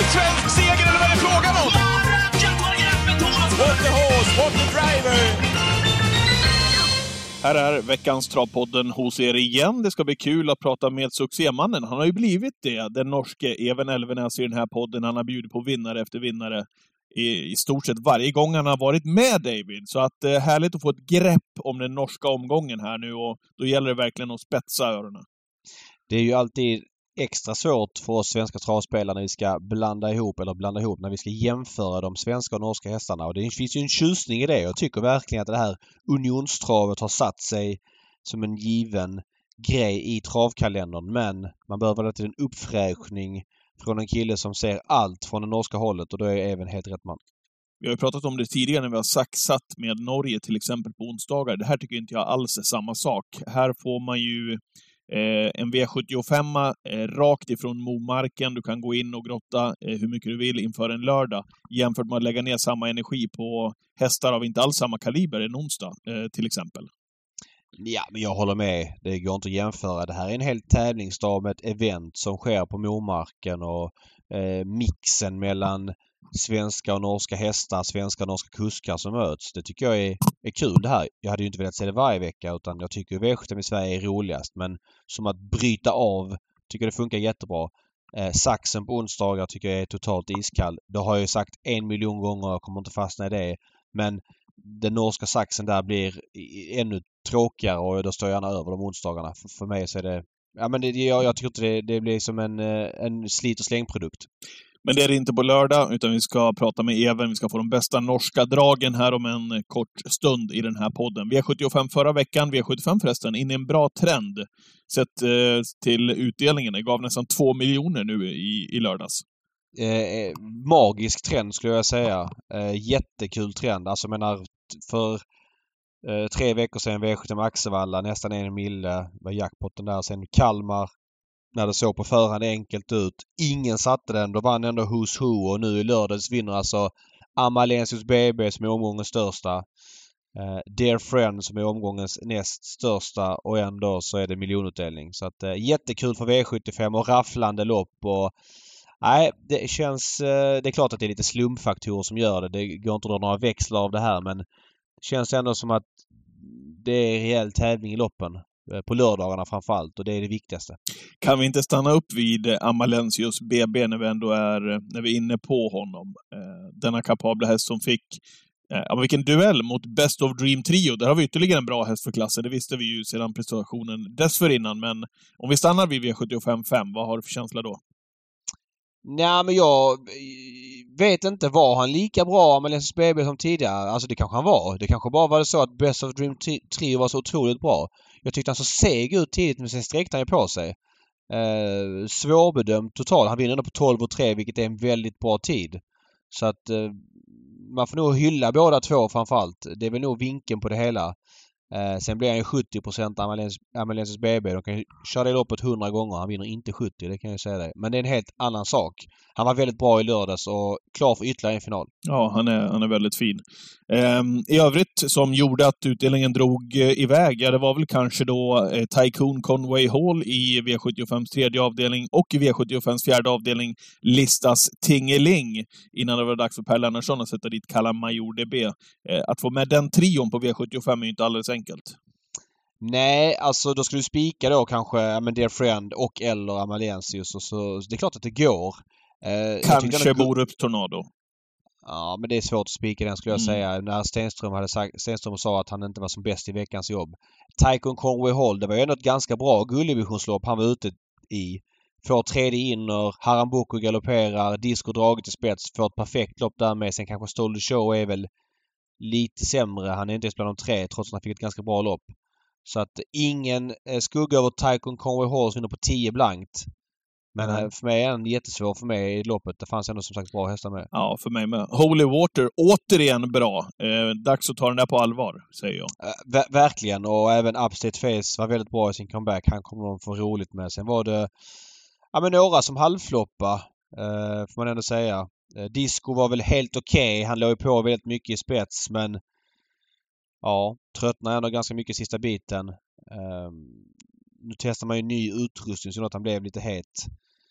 svensk seger eller vad är det frågan om? What the horse, what the driver! Här är veckans travpodden hos er igen. Det ska bli kul att prata med succémannen. Han har ju blivit det. Den norske Even Elvenes i den här podden. Han har bjudit på vinnare efter vinnare i stort sett varje gång han har varit med, David. Så att härligt att få ett grepp om den norska omgången här nu. Och då gäller det verkligen att spetsa öronen. Det är ju alltid extra svårt för oss svenska travspelare när vi ska blanda ihop när vi ska jämföra de svenska och norska hästarna. Och det finns ju en tjusning i det. Jag tycker verkligen att det här unionstravet har satt sig som en given grej i travkalendern. Men man behöver väl till en uppfräschning från en kille som ser allt från det norska hållet, och då är även helt rätt man. Vi har ju pratat om det tidigare när vi har saxat med Norge till exempel på onsdagar. Det här tycker inte jag alls är samma sak. Här får man ju en V75 rakt ifrån Momarken. Du kan gå in och grotta hur mycket du vill inför en lördag. Jämfört med att lägga ner samma energi på hästar av inte alls samma kaliber en onsdag till exempel. Ja, men jag håller med. Det går inte att jämföra. Det här är en hel tävlingsdag med ett event som sker på Momarken, och mixen mellan svenska och norska hästar, svenska och norska kuskar som möts. Det tycker jag är kul det här. Jag hade ju inte velat se det varje vecka, utan jag tycker V75 i Sverige är roligast. Men som att bryta av tycker det funkar jättebra. Saxen på onsdagar tycker jag är totalt iskall. Det har jag ju sagt 1 miljon gånger, jag kommer inte fastna i det. Men den norska saxen där blir ännu tråkigare, och då står jag gärna över de onsdagarna. För mig så är det... Ja, men jag tycker inte det blir som en slit- och slängprodukt. Men det är inte på lördag, utan vi ska prata med Even. Vi ska få de bästa norska dragen här om en kort stund i den här podden. V75 förra veckan, V75 förresten, in i en bra trend. Sett till utdelningen. Det gav nästan 2 miljoner nu i lördags. Magisk trend skulle jag säga. Jättekul trend. Alltså menar, för 3 veckor sedan V75 Axevalla, nästan 1 mille var jackpotten där. Sen Kalmar, när det såg på förhand enkelt ut. Ingen satte den. Då vann ändå Who's Who, och nu i lördags vinner alltså Amalensius BB som är omgångens största. Dear Friend som är omgångens näst största, och ändå så är det miljonutdelning. Så att jättekul för V75 och rafflande lopp. Och nej, det känns... det är klart att det är lite slumpfaktorer som gör det. Det går inte att dra några växlar av det här, men det känns ändå som att det är rejäl tävling i loppen. På lördagarna framförallt, och det är det viktigaste. Kan vi inte stanna upp vid Amalensius BB när vi är inne på honom? Denna kapabla häst som fick vilken duell mot Best of Dream Trio. Där har vi ytterligare en bra häst för klassen. Det visste vi ju sedan prestationen dessförinnan. Men om vi stannar vid V75-5, vad har du för känsla då? Nej, men jag vet inte. Var han lika bra med Lenses BB som tidigare? Alltså det kanske han var. Det kanske bara var det så att Best of Dream Trio var så otroligt bra. Jag tyckte han så seg ut tidigt, men sen sträckte han ju på sig. Svårbedömt total. Han vinner ändå på 12,3, vilket är en väldigt bra tid. Så att man får nog hylla båda två framförallt. Det är väl nog vinkeln på det hela. Sen blir han ju 70% Amalensius BB. De kan ju köra det loppet 100 gånger. Han vinner inte 70, det kan jag säga det. Men det är en helt annan sak. Han var väldigt bra i lördags och klar för ytterligare en final. Ja, han är väldigt fin. I övrigt som gjorde att utdelningen drog iväg, det var väl kanske då Tycoon Conway Hall i V75s tredje avdelning, och i V75s fjärde avdelning listas Tingeling innan det var dags för Per Lennartsson att sätta dit Kalla Major DB. Att få med den trion på V75 är ju inte alldeles enkelt. Nej, alltså då skulle du spika då kanske Dear Friend och eller Amalensius, och så det är klart att det går. Kanske Borups Tornado. Ja, men det är svårt att spika den skulle jag säga. När Stenström sa att han inte var som bäst i veckans jobb. Tycoon Conway Hall, det var ju ändå ett ganska bra gulddivisionslopp han var ute i. Får tredje inner, Harambuco galopperar, Disco dragit i spets, får ett perfekt lopp där med. Sen kanske Stole the Show är väl lite sämre. Han är inte ens bland de 3 trots att han fick ett ganska bra lopp. Så att ingen skugga över Tycoon Conway Hall som vinner på 10 blankt. Men för mig är den jättesvår för mig i loppet. Det fanns ändå som sagt bra hästar med. Ja, för mig med. Holy Water, återigen bra. Dags att ta den där på allvar, säger jag. Verkligen. Och även Upstate Face var väldigt bra i sin comeback. Han kommer de få roligt med. Sen var det några som halvfloppa, får man ändå säga. Disco var väl helt okej. Han låg ju på väldigt mycket i spets, men ja, tröttnade ändå ganska mycket sista biten. Nu testar man ju ny utrustning så att han blev lite het.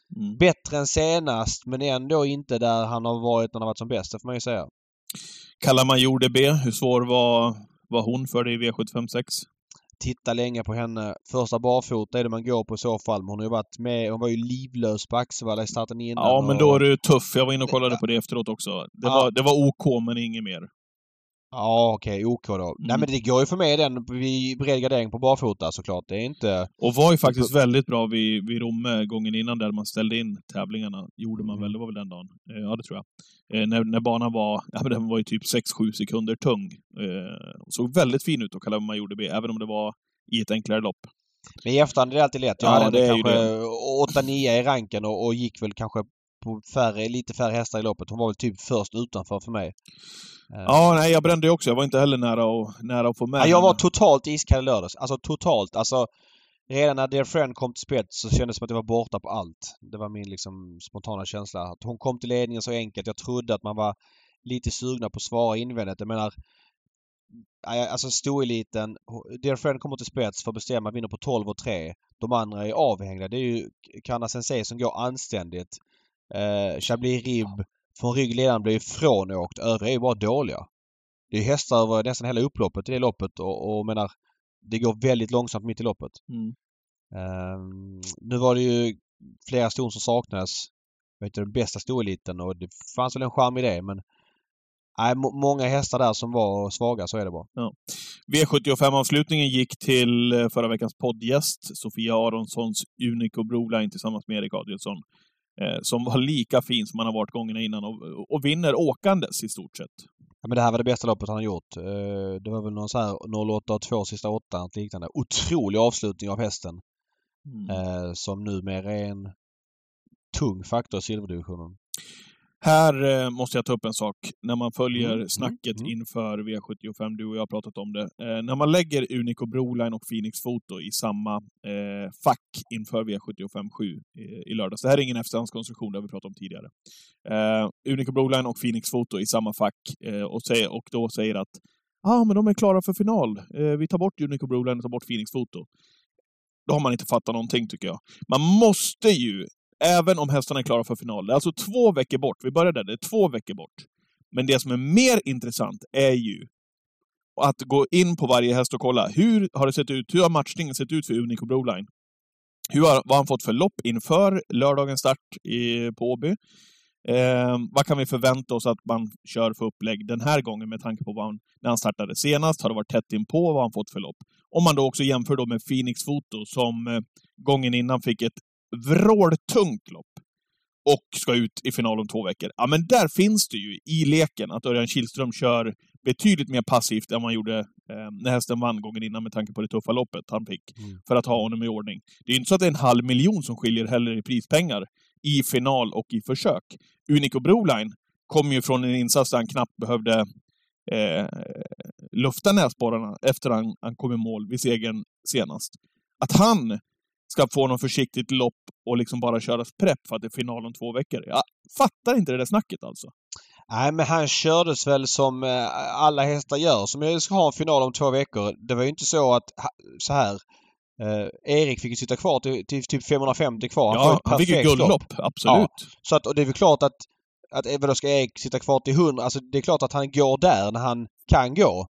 Bättre än senast, men ändå inte där han har varit när han har varit som bäst, det får man ju säga. Kalamajor DB, hur svår var hon för dig i V756? Titta länge på henne. Första barfota är det man går på i så fall. Men hon har ju varit med. Hon var ju livlös på Axevalla i starten innan. Ja, men då är du tuff. Jag var inne och kollade på det efteråt också. Det var OK, men inget mer. Ja, okej. OK då. Nej, men det går ju för mig den vid bred gardering på barfota såklart. Det är inte... Och var ju faktiskt väldigt bra vid Romme gången innan där man ställde in tävlingarna. Gjorde man väl, det var väl den dagen. Ja, det tror jag. När banan var, den var ju typ 6-7 sekunder tung. Såg väldigt fin ut att kalla man gjorde det, även om det var i ett enklare lopp. Men i efterhand är det alltid lätt. Jag hade kanske 8-9 i ranken och gick väl kanske på lite färre hästar i loppet. Hon var väl typ först utanför för mig. Ja, nej, jag brände också. Jag var inte heller nära att få med. Ja, jag var totalt iskall lördags. Alltså totalt. Alltså redan när Dear Friend kom till spets så kändes det som att jag var borta på allt. Det var min liksom spontana känsla. Att hon kom till ledningen så enkelt. Jag trodde att man var lite sugna på att svara invändigt. Jag menar, alltså storeliten. Dear Friend kommer till spets för att bestämma, vinner på 12-3. De andra är avhängda. Det är ju Kana Sensei som går anständigt. Chablis Rib från ryggledaren blir ju frånåkt. Övriga är ju bara dåliga. Det är hästar över nästan hela upploppet i det loppet och menar, det går väldigt långsamt mitt i loppet. Nu var det ju flera ston som saknades. Jag vet inte, den bästa storeliten och det fanns väl en charm i det, men många hästar där som var svaga, så är det bara. Ja. V75-avslutningen gick till förra veckans poddgäst Sofia Aronssons Unico Broline tillsammans med Erik Adielsson. Som var lika fin som han har varit gångerna innan och vinner åkandes i stort sett. Ja, men det här var det bästa loppet han har gjort. Det var väl någon så här 08-2 sista 8, något liknande. Otrolig avslutning av hästen. Som numera är en tung faktor i silverdivisionen. Här måste jag ta upp en sak. När man följer snacket inför V75, du och jag har pratat om det. När man lägger Unico Broline och Phoenix Foto i samma fack inför V75-7 i lördags. Det här är ingen efterhandskonstruktion, det har vi pratat om tidigare. Unico Broline och Phoenix Foto i samma fack och då säger att men de är klara för final. Vi tar bort Unico Broline och tar bort Phoenix Foto. Då har man inte fattat någonting, tycker jag. Man måste ju, även om hästarna är klara för final. Det är alltså 2 veckor bort. Vi började där. Det är 2 veckor bort. Men det som är mer intressant är ju att gå in på varje häst och kolla. Hur har det sett ut? Hur har matchningen sett ut för Unico Broline? Vad har han fått för lopp inför lördagens start på Åby? Vad kan vi förvänta oss att man kör för upplägg den här gången med tanke på när han startade senast? Har det varit tätt in på vad han fått för lopp? Om man då också jämför då med Phoenix Foto som gången innan fick ett vråltungt lopp och ska ut i final om 2 veckor. Ja, men där finns det ju i leken att Örjan Kihlström kör betydligt mer passivt än man gjorde när hästen vann gången innan med tanke på det tuffa loppet han fick för att ha honom i ordning. Det är inte så att det är 500 000 som skiljer heller i prispengar i final och i försök. Unico Broline kom ju från en insats där han knappt behövde lufta näsborrarna efter han kom i mål vid segern senast. Att han ska få någon försiktigt lopp och liksom bara köras prepp för att det är final om 2 veckor. Jag fattar inte det där snacket alltså. Nej, men han kördes väl som alla hästar gör. Som jag ska ha en final om 2 veckor. Det var ju inte så att så här Erik fick ju sitta kvar till typ 550 kvar. Han fick ju guldlopp, absolut. Ja, så att, och det är väl klart att även då ska Erik sitta kvar till 100. Alltså det är klart att han går där när han kan gå.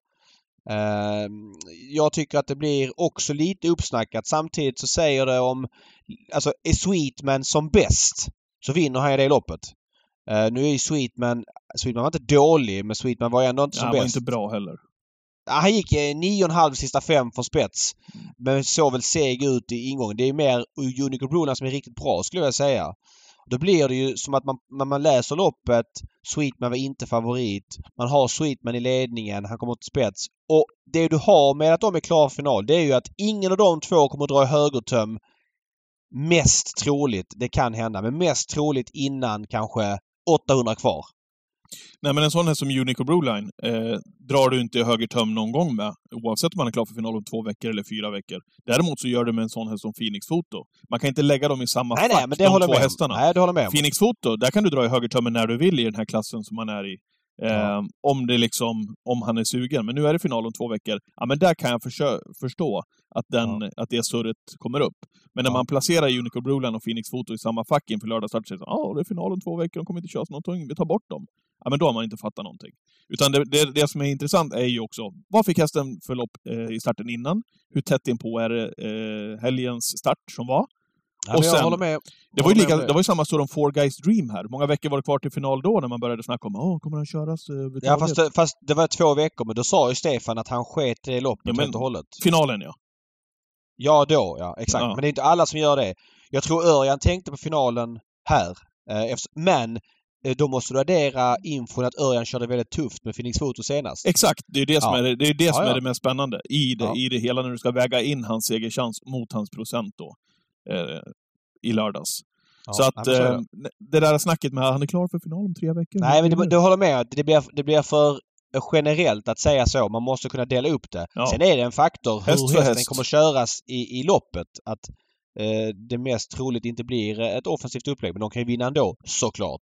Jag tycker att det blir också lite uppsnackat. Samtidigt så säger det om, alltså är Sweetman som bäst så vinner han i det loppet. Nu är ju Sweetman var inte dålig, men Sweetman var ändå inte som bäst. Han var inte bra heller. Han gick 9,5 sista 5 från spets. Men såg väl seg ut i ingången. Det är mer Unico Broline som är riktigt bra, skulle jag säga. Då blir det ju som att när man läser loppet, Sweetman var inte favorit. Man har Sweetman i ledningen, han kommer till spets. Och det du har med att de är klara för final, det är ju att ingen av de två kommer att dra i högertöm. Mest troligt, det kan hända, men mest troligt innan kanske 800 kvar. Nej, men en sån här som Unico Broline drar du inte i högertöm någon gång med, oavsett om man är klar för final om 2 veckor eller 4 veckor. Däremot så gör du med en sån här som Phoenix Foto. Man kan inte lägga dem i samma fack, men det håller de 2 hästarna. Nej, det håller med. Phoenix Foto, där kan du dra i högertömmen när du vill i den här klassen som man är i. Om han är sugen. Men nu är det final om 2 veckor. Ja, men där kan jag förstå att det surret kommer upp. Men när man placerar Unico Broline och Phoenix Photo i samma fack inför lördagsstart, så det är final om 2 veckor, de kommer inte köra någonting, vi tar bort dem. Ja, men då har man inte fattat någonting. Utan det som är intressant är ju också, vad fick hästen för lopp i starten innan? Hur tätt in på är helgens start som var? Ja, och sen, jag håller med. Det var ju samma stor om Four Guys Dream här. Många veckor var det kvar till final då när man började snacka om kommer han köras? Ja, fast det var 2 veckor, men då sa ju Stefan att han sket i loppet helt och hållet. Finalen, ja. Ja, då, ja. Exakt. Ja. Men det är inte alla som gör det. Jag tror Örjan tänkte på finalen här. Men då måste du addera infon att Örjan körde väldigt tufft med Phoenix Photo senast. Exakt, det är det som, är det mest spännande i det hela, när du ska väga in hans segerchans mot hans procent då i lördags. Ja, så att det där snacket med att han är klar för final om 3 veckor. Nej, men du håller med. Det blir för generellt att säga så. Man måste kunna dela upp det. Ja. Sen är det en faktor hur hästen kommer köras i loppet. Att det mest troligt inte blir ett offensivt upplägg, men de kan ju vinna ändå, såklart.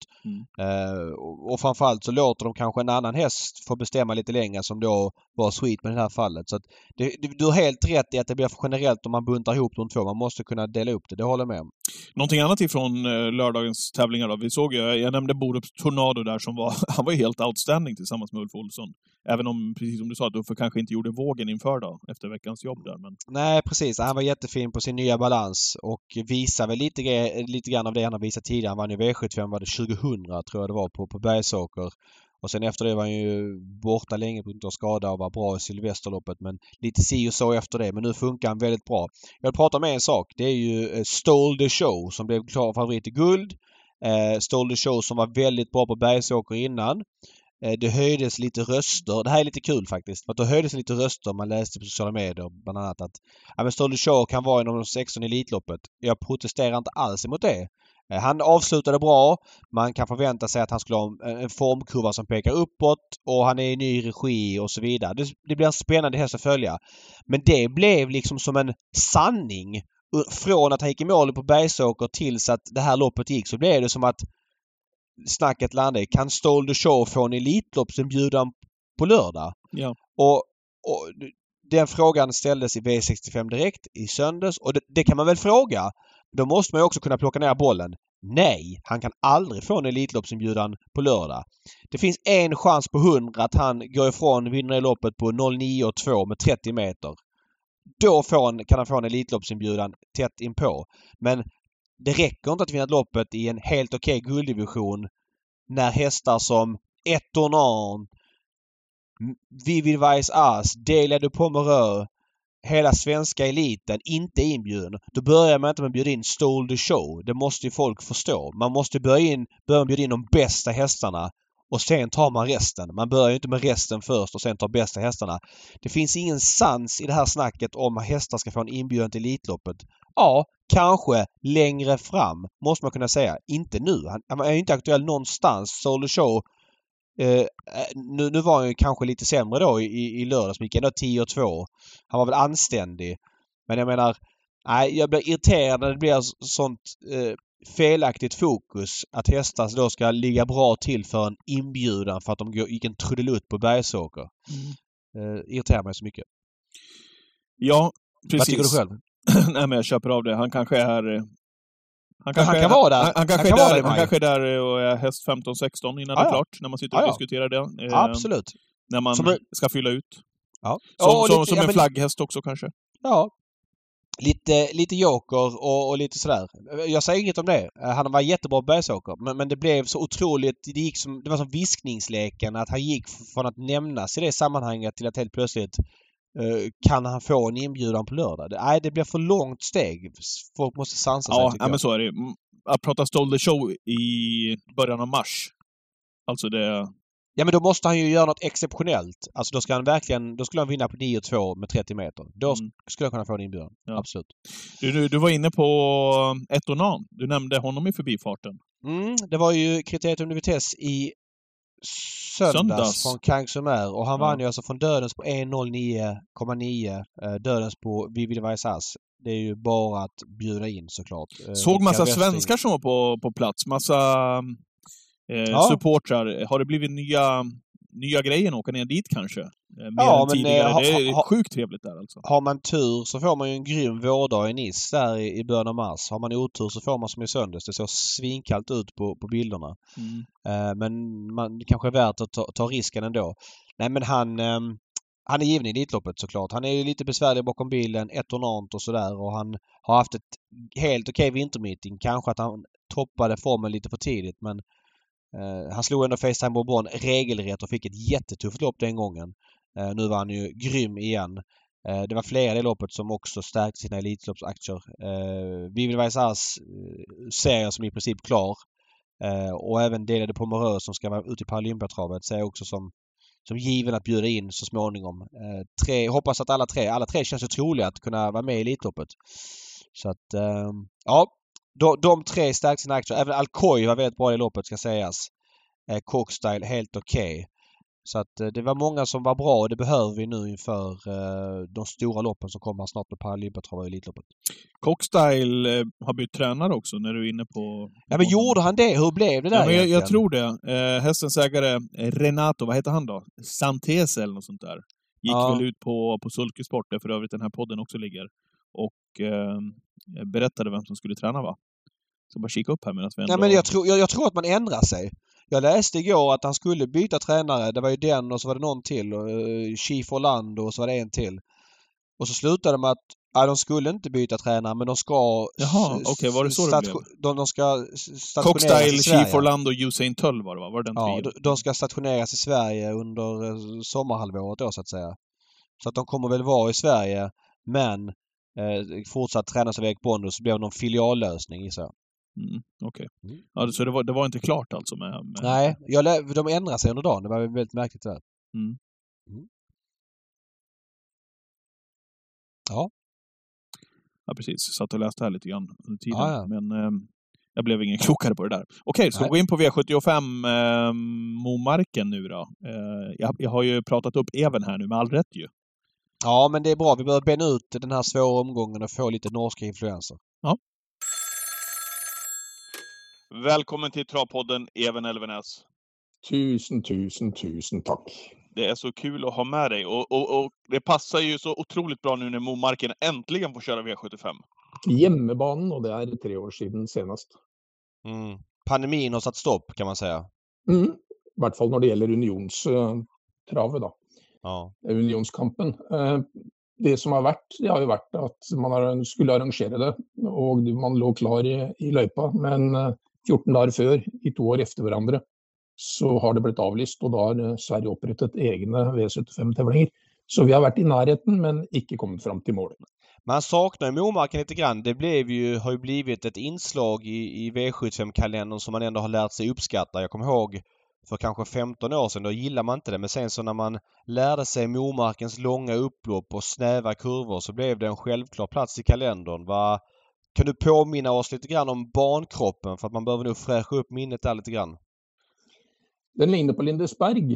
Och framförallt så låter de kanske en annan häst få bestämma lite längre, som då var Sweet med det här fallet. Så att du har helt rätt i att det blir för generellt om man buntar ihop de två. Man måste kunna dela upp det håller jag med om. Någonting annat ifrån lördagens tävlingar då. Vi såg ju, jag nämnde Borups Tornado där som han var ju helt outstanding tillsammans med Ulf Olsson. Även om, precis som du sa, att Uffe kanske inte gjorde vågen inför då, efter veckans jobb där. Men... Nej, precis. Han var jättefin på sin nya balans och visar väl lite grann av det han har visat tidigare. Han vann ju V75, var det 2000 tror jag det var, på Bergsåker. Och sen efter det var han ju borta länge på grund av skada och var bra i Silvesterloppet. Men lite si och så efter det. Men nu funkar han väldigt bra. Jag vill prata om en sak. Det är ju Stole the Show som blev klar favorit i guld. Stole the Show som var väldigt bra på Bergsåker innan. Det höjdes lite röster. Det här är lite kul faktiskt. För att det höjdes lite röster. Man läste på sociala medier bland annat att Stole the Show kan vara inom de 16 i Elitloppet. Jag protesterar inte alls emot det. Han avslutade bra. Man kan förvänta sig att han skulle ha en formkurva som pekar uppåt och han är i ny regi och så vidare. Det blir en spännande häst att följa. Men det blev liksom som en sanning. Från att han gick i mål på Bergsåker tills att det här loppet gick, så blev det som att snacket landade. Kan Stole the Show få en Elitloppsinbjudan på lördag? Ja. Och den frågan ställdes i V65 direkt i söndags. Och det kan man väl fråga. Då måste man ju också kunna plocka ner bollen. Nej, han kan aldrig få en Elitloppsinbjudan på lördag. Det finns en chans på 100 att han går ifrån vinner i loppet på 09,2 med 30 meter. Då kan han få en Elitloppsinbjudan tätt inpå. Men det räcker inte att vinna loppet i en helt okej gulddivision när hästar som Etonan, Vivid Vice As, Delia du Pomereux, hela svenska eliten inte är inbjuden. Då börjar man inte med att bjuda in Stole the Show. Det måste ju folk förstå. Man måste börja bjuda in de bästa hästarna och sen tar man resten. Man börjar ju inte med resten först och sen tar bästa hästarna. Det finns ingen sans i det här snacket om att hästar ska få en inbjudan till Elitloppet. Ja, kanske längre fram måste man kunna säga. Inte nu. Han är ju inte aktuell någonstans. Stole the Show nu var han ju kanske lite sämre då i lördags. Men gick ändå 10,2. Han var väl anständig. Men jag menar, jag blir irriterad när det blir sånt felaktigt fokus att hästar då ska ligga bra till för en inbjudan för att de gick en trudelutt på Bergsåker. Irriterar mig så mycket. Ja, precis. Vad tycker du själv? Nej, men jag köper av det. Han kanske är... Han kan vara där. Han kanske är där och är häst 15-16 innan det är klart. När man sitter och diskuterar det. Absolut. När man ska fylla ut. Ja. Som en flagghäst också kanske. Ja. Lite joker och lite sådär. Jag säger inget om det. Han var jättebra på Bergsåker. Men det blev så otroligt... Det var som viskningsleken att han gick från att nämnas i det sammanhanget till att helt plötsligt kan han få en inbjudan på lördag? Det blir för långt steg. Folk måste sansa sig, tycker jag. Men så är det. Att prata Stole the Show i början av mars. Alltså det... Ja, men då måste han ju göra något exceptionellt. Alltså då skulle han vinna på 9,2 med 30 meter. Då skulle jag kunna få en inbjudan. Ja. Absolut. Du var inne på Etonan. Du nämnde honom i förbifarten. Det var ju Criterium de Vitesse i söndags från Kangsumer. Och han vann ju alltså från dödens på 1,09,9. Dödens på Vivid Vice As. Det är ju bara att bjuda in såklart. Såg massa svenskar som var på plats. Massa supportrar. Har det blivit nya grejer att åka ner dit kanske? Mer Ja, än men tidigare. Det är sjukt trevligt där alltså. har man tur så får man ju en grym vårdag i Nice där i början av mars. Har man otur så får man som i söndags. Det ser svinkallt ut på bilderna. Men det kanske är värt att ta risken ändå. Nej, men han är given i Elitloppet såklart. Han är ju lite besvärlig bakom bilen, etonant och sådär. Och han har haft ett helt okej vintermeeting. Kanske att han toppade formen lite för tidigt, men han slog ändå Facetime Bourbon regelrätt och fick ett jättetufft lopp den gången. Nu var han ju grym igen. Det var flera i det loppet som också stärkte sina Elitloppsaktier. Vivian Vaisars serie som i princip klar. Och även delade på Morös som ska vara ute i Paralympiatravet ser jag också som given att bjuda in så småningom. Hoppas att alla tre känns ju troliga att kunna vara med i Elitloppet. Så att ja, de tre stärkte sina aktier. Även Alcoy var väldigt bra i loppet ska sägas. Cockstyle helt okej. Så att det var många som var bra och det behöver vi nu inför de stora loppen som kommer snart med Paralympiatravet och Elitloppet. Cockstyle har bytt tränare också när du är inne på... Ja, men gjorde han det? Hur blev det där men jag tror det. Hästens ägare Renato, vad heter han då? Santese eller något sånt där. Gick väl ut på Sulkesport, där för övrigt den här podden också ligger. Och berättade vem som skulle träna, va? Så bara kika upp här medan vi ändå... Ja, men jag tror att man ändrar sig. Jag läste igår att han skulle byta tränare. Det var ju den och så var det någon till. Chief Orlando och så var det en till. Och så slutade med att de skulle inte byta tränare, men de ska... Jaha, okej, var det så det blev? De ska stationeras Cockstyle, i Sverige. Chief Orlando och Usain Tull var det, va? Var det den ja, de ska stationeras i Sverige under sommarhalvåret då, så att säga. Så att de kommer väl vara i Sverige, men fortsatt tränas av Erik Bondo, så blir det någon filiallösning i sig. Okej. Ja, så det var inte klart alltså med... Nej, de ändrar sig under dagen. Det var väldigt märkligt där. Ja. Ja, precis. Satt och läste här lite grann under tiden. Ja. Men jag blev ingen klokare på det där. Okej, ska vi gå in på V75 Momarken nu då? Jag har ju pratat upp Even här nu med all rätt ju. Ja, men det är bra. Vi behöver bena ut den här svåra omgången och få lite norska influenser. Ja. Välkommen till Travpodden, Even Elvenäs. Tusen tack. Det är så kul att ha med dig. Och det passar ju så otroligt bra nu när Momarken äntligen får köra V75. Hjemmebanen, och det är 3 år sedan senast. Pandemin har satt stopp, kan man säga. I hvert fall när det gäller unionstravet då. Ja. Unionskampen. Det som har varit att man skulle arrangera det, och man låg klar i löjpa, men 14 dagar før, i 2 år efter varandra, så har det blivit avlyst, och då har Sverige upprättat egna V75-tävlingar. Så vi har varit i närheten, men inte kommit fram till målet. Man saknar Momarken lite grann. Det har ju blivit ett inslag i V75-kalendern som man ändå har lärt sig uppskatta. Jag kommer ihåg för kanske 15 år sedan, då gillar man inte det. Men sen så när man lärde sig Momarkens långa upplopp och snäva kurvor, så blev det en självklar plats i kalendern. Kan du påminna oss lite grann om bankroppen, för att man behöver nog fräscha upp minnet där lite grann? Den ligner på Lindesberg.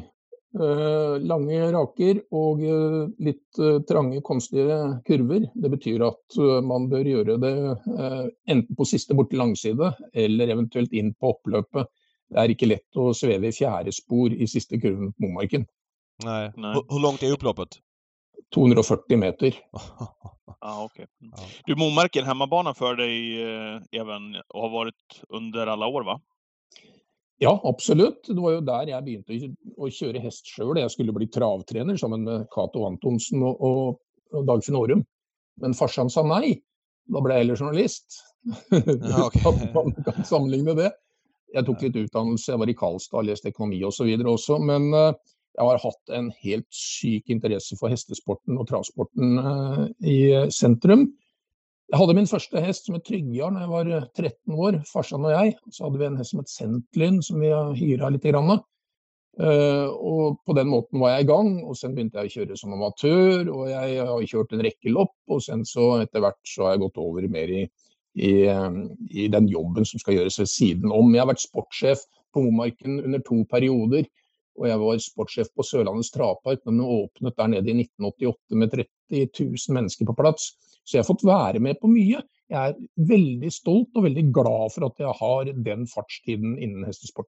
Långa raker och lite trånga konstiga kurvor. Det betyder att man bör göra det enten på sista bort langsida eller eventuellt in på upplöpet. Det är inte lätt att sväva i fjärde spår i sista kurvan på Momarken. Nej. Hur långt är upploppet? 240 meter. Ja, okej. Ja. Du, Momarken, hemmabanan för dig även och har varit under alla år, va? Ja, absolut. Det var ju där jag började att köra häst själv. Jag skulle bli travtränare sammen med Cato Antonsen och Dagfinn Årum. Men farsan sa nej. Då blev jag heller journalist. Ja, okay. Man kan sammenligne det. Jag tog lite utdannelse. Jag var i Karlstad, läste ekonomi och så vidare också. Men jag har haft en helt syk intresse för hästesporten och travsporten i centrum. Jag hade min första häst som ett Tryggar när jag var 13 år, farsan och jag. Så hade vi en häst som ett Sentlin som vi hyrade lite grann. Och på den måten var jag igång, och sen började jag köra som amatör, och jag har kört en räcke lopp, och sen så efterhvert så har jag gått över mer i den jobben som ska göras vid sidan om. Jag har varit sportchef på Momarken under 2 perioder, och jag var sportchef på Sørlandets travpark när man öppnade där nere i 1988 med 30 000 människor på plats. Så jag har fått vara med på mycket. Jag är väldigt stolt och väldigt glad för att jag har den fartstiden inom hästesporten.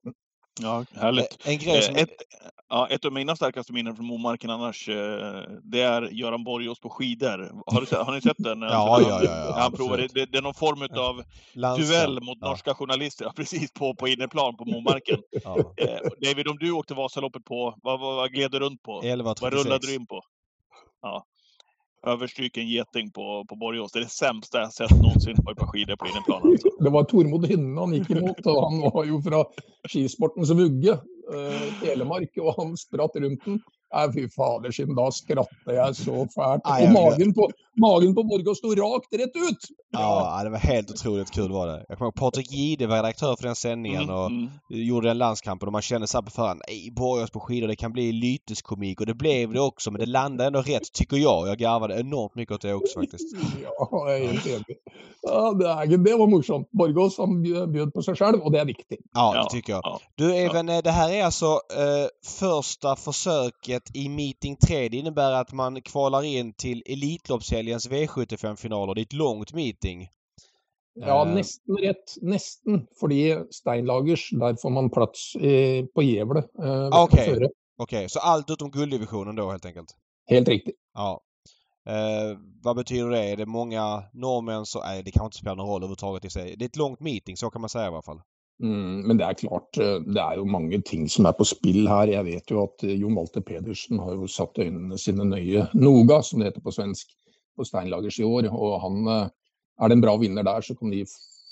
Ja, härligt. En grej som... Ett av mina starkaste minnen från Momarken annars, det är Göran Borgås på skidor. Har ni sett den? Ja, Han provade, det är någon form av duell mot norska journalister. Ja, precis, på innerplan på Momarken. Ja. David, om du åkte Vasaloppet på, vad gled du runt på? 11:36. Vad rullade du in på? Ja. Överstryken geting på Borgås. Det är det sämsta jag sett någonsin på ett par skidor på innerplan. Alltså. Det var Tormod Hinne han gick emot, och han var ju från skisportens vugge, Telemark, och han spratt runt den. Fy fader sin, da skrattade jag så färt. Och magen på Borgås stod rakt rätt ut. Ja, det var helt otroligt kul var det. Jag kommer ihåg Patrik Gide var redaktör för den sändningen och gjorde den landskampen, och man kände så här på förhand, Borgås på skidor, det kan bli lyteskomik, och det blev det också, men det landade ändå rätt, tycker jag. Jag garvade enormt mycket åt det också faktiskt. Ja, jag är helt enig. Ja, det var morsomt. Borgås, han bjöd på sig själv, och det är viktigt. Ja, det tycker jag. Ja. Du, även det här är alltså första försöket i meeting 3. Det innebär att man kvalar in till Elitloppshelgens V75-finaler. Det är ett långt meeting. Ja, nästan rätt. Nästan. Fordi Steinlagers, där får man plats på Gävle. Okej, så allt utom gulddivisionen då helt enkelt? Helt riktigt. Ja. Vad betyder det? Är det många norrmän så... Nej, det kan inte spela någon roll överhuvudtaget i sig. Det är ett långt meeting, så kan man säga i alla fall. Men det är klart, det är ju många ting som är på spill här. Jag vet ju att Jon Walter Pedersen har ju satt ögonen sina nöje noga, som det heter på svensk, på Steinlagers i år. Och han är det en bra vinner där, så kan det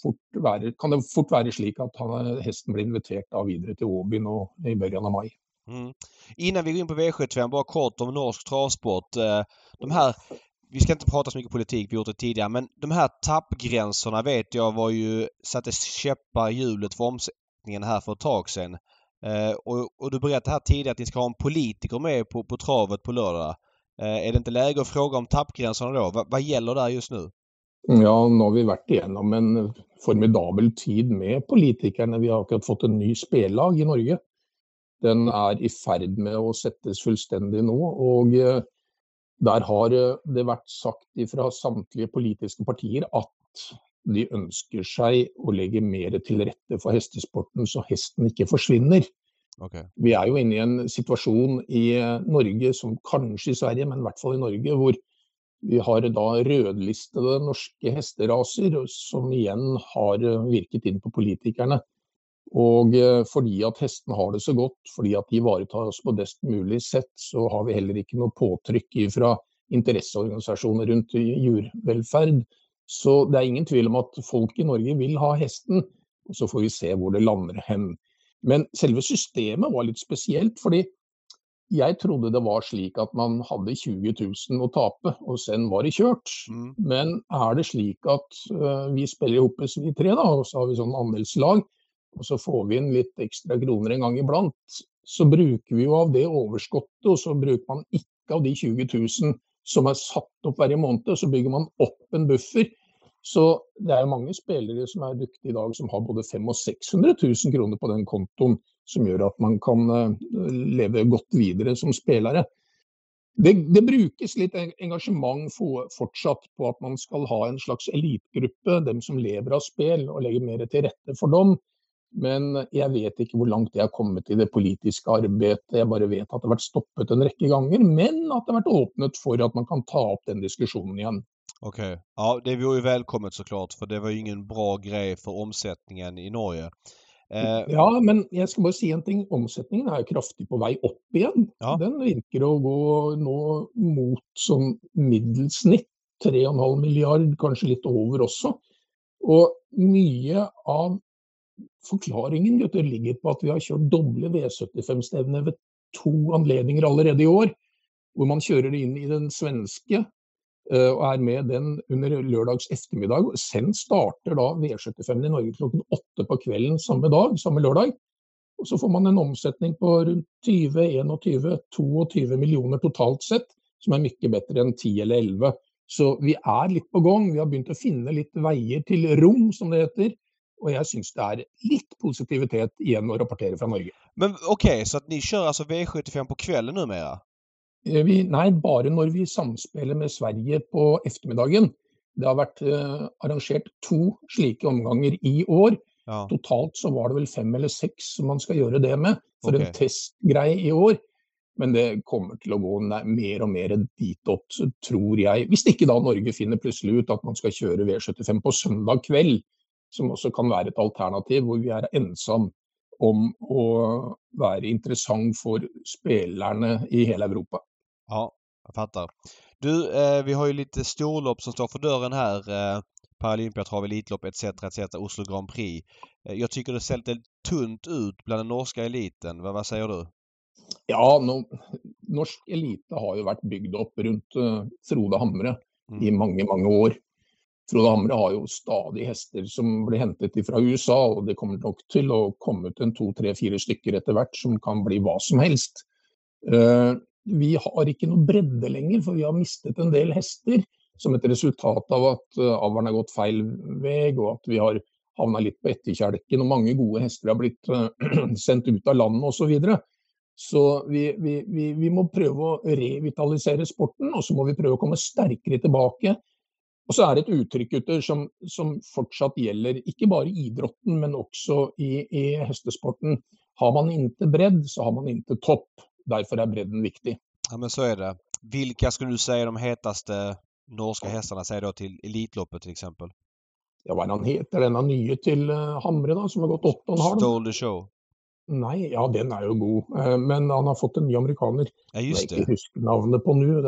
fort vara slik att hästen blir inviterad vidare till Åby nu i början av maj. Innan vi går in på V75, bara kort om norsk travsport. De här, vi ska inte prata så mycket politik, vi har gjort det tidigare, men de här tappgränserna vet jag var ju satte käppar i hjulet för omsättningen här för ett tag sedan. Och du berättade här tidigare att ni ska ha en politiker med på travet på lördag. Är det inte läge att fråga om tappgränserna då? Vad gäller där just nu? Ja, nu har vi varit igenom en formidabel tid med politikerna. Vi har akkurat fått en ny spellag i Norge. Den är i färd med att sättas fullständigt nu, och där har det varit sagt ifrån samtliga politiska partier att de önskar sig att lägga mer till rätta för hästsporten så hästen inte försvinner. Okay. Vi är ju inne i en situation i Norge, som kanske i Sverige, men i hvert fall i Norge, hvor vi har då rödlistade norska hästraser som igen har virket in på politikerna. Och fordi at hästen har det så gott, fordi at de varetar oss på bäst möjligt sätt, så har vi heller inte något påtryck ifrån intresseorganisationer runt djurvälfärd. Så det är ingen tvivel om att folk i Norge vill ha hästen, och så får vi se var det landar hen. Men själva systemet var lite speciellt, fordi jag trodde det var slik att man hade 20 000 att tape, och sen var det kört. Men är det slik att vi spelar ihop vi tre då, och så har vi sån andelslag, och så får vi in lite extra kronor en gång ibland, så brukar vi ju av det överskottet, och så brukar man inte av de 20 000 som är satt upp varje månad, så bygger man upp en buffer. Så det är många spelare som är duktiga idag som har både 500 000 och 600 000 kronor på den konton, som gör att man kan leva gott vidare som spelare. Det brukas lite engagemang fortsatt på att man ska ha en slags elitgruppe, dem som lever av spel, och lägga mer till rätta för dem. Men jag vet inte hur långt det har kommit i det politiska arbetet. Jag bara vet att det har varit stoppat en räcka gånger, men att det har varit öppnat för att man kan ta upp den diskussionen igen. Okej. Ja, det var ju välkommet såklart, för det var ju ingen bra grej för omsättningen i Norge. Ja, men jag ska bara säga en ting. Omsättningen är kraftigt på väg upp igen. Ja. Den verkar att gå nå mot som middelsnitt 3,5 miljarder, kanske lite över också. Och mycket av förklaringen ligger på att vi har kört dubbla V75-stevner vid 2 anledningar allerede i år, hvor man kör in i den svenska och är med den under lördags eftermiddag. Sen startar då V75 i Norge klockan 8 på kvällen samma dag, samma lördag. Och så får man en omsättning på runt 22 miljoner totalt sett, som är mycket bättre än 10 eller 11. Så vi är lite på gång. Vi har börjat att finna lite vägar till Rom, som det heter. Och jag syns det är lite positivitet igen att rapportera från Norge. Men okej, så att ni kör alltså V75 på kvällen numera? Nej, bara när vi samspelar med Sverige på eftermiddagen. Det har varit arrangerat 2 slika omgångar i år. Ja. Totalt så var det vel 5 eller 6 som man skal gjøre det med, for Ok. en testgreie i år. Men det kommer til å gå mer og mer ditåt, tror jeg. Hvis ikke da Norge finner plutselig ut at man skal kjøre V75 på søndag kveld, som også kan være et alternativ, hvor vi er ensam om å være interessant for spelerne i hele Europa. Ja, jag fattar. Du, vi har ju lite storlopp som står för dörren här. Paralympiatrav, Elitlopp etc. Oslo Grand Prix. Jag tycker det ser lite tunt ut bland den norska eliten. Vad säger du? Ja, norsk elite har jo vært bygd opp rundt Frode Hamre i mange, mange år. Frode Hamre har jo stadig hester som blir hentet fra USA, og det kommer nok til å komme ut 2, 3, 4 stykker etter hvert som kan bli hva som helst. Vi har ikke noe bredde lenger, for vi har mistet en del hester som et resultat av at avlen har gått feil vei, og at vi har havnet litt på etterkjelken, og mange gode hester har blitt sendt ut av landet og så videre. Så vi må prøve å revitalisere sporten, og så må vi prøve å komme sterkere tilbake. Og så er det et uttrykk, gutter, som fortsatt gjelder, ikke bare i idrotten, men også i hestesporten. Har man inte bredd, så har man inte topp. Därför är bredden viktig. Ja, men så är det. Vilka skulle du säga de hetaste norska hästarna, säger då till Elitloppet till exempel? Ja, vad han heter, denna nye till Hamre då, som har gått 8,5. Stole the Show. Nej, ja, den är ju god. Men han har fått en ny amerikaner. Ja, just det. Jag inte husker navnet på nu.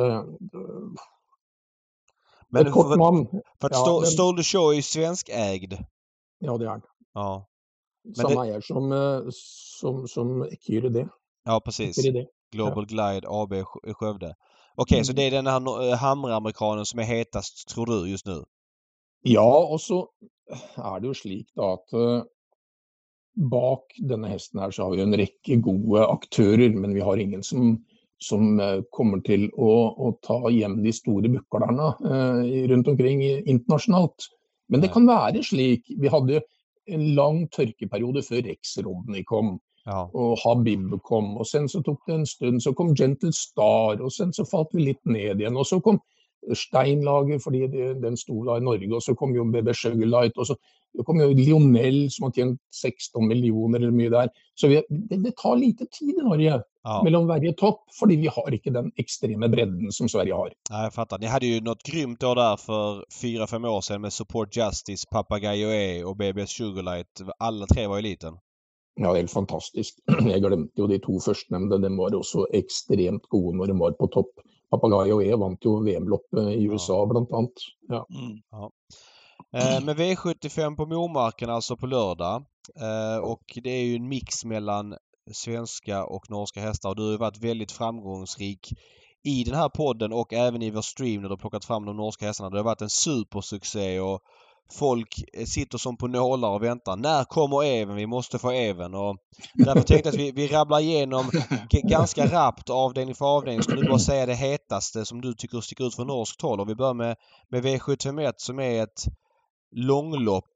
Men ett kort namn. För att Stole the Show är ju svenskägd. Ja, det är han. Ja. Samma är som Ekyre det. Ja, precis. Global Glide AB i Skövde. Okej, så det är den här Hamre-amerikanen som är hetast, tror du, just nu? Ja, och så är det ju slik då att bak denne hesten her så har vi en rekke gode aktører, men vi har ingen som kommer til å ta hjem de store buklarna rundt omkring internasjonalt. Men det kan være slik. Vi hadde en lang tørkeperiode før Rex Rodney kom. Ja. Og Habib kom, og sen så tok det en stund, så kom Gentle Star, og sen så falt vi litt ned igjen, og så kom Steinlager, fordi den sto da i Norge, og så kom jo BB Sugarlight, og så kom jo Lionel, som har tjent 16 millioner eller mye der. Så det tar lite tid i Norge mellom varje topp, fordi vi har ikke den ekstreme bredden som Sverige har. Nej, jag fattar. Ni hade ju något grymt år där för 4-5 år sedan med Support Justice, Papagayo E och BB Sugarlight. Alla tre var i eliten. Ja, helt fantastisk. Jeg glemte jo de 2 førstnevnte. De var også ekstremt gode når de var på topp. Papagayo E vant jo VM-loppet i USA blant annet. Ja. Ja. Med V75 på Momarken alltså på lördag. Och det är ju en mix mellan svenska och norska hästar. Och du har ju varit väldigt framgångsrik i den här podden och även i vår stream när du har plockat fram de norska hästarna. Det har varit en supersuccé och folk sitter som på nålar och väntar. När kommer Even? Vi måste få Even. Och därför tänkte jag att vi rabblar igenom ganska rappt avdelning för avdelning. Ska du bara säga det hetaste som du tycker sticker ut från norskt håll? Och vi börjar med V751 som är ett långlopp.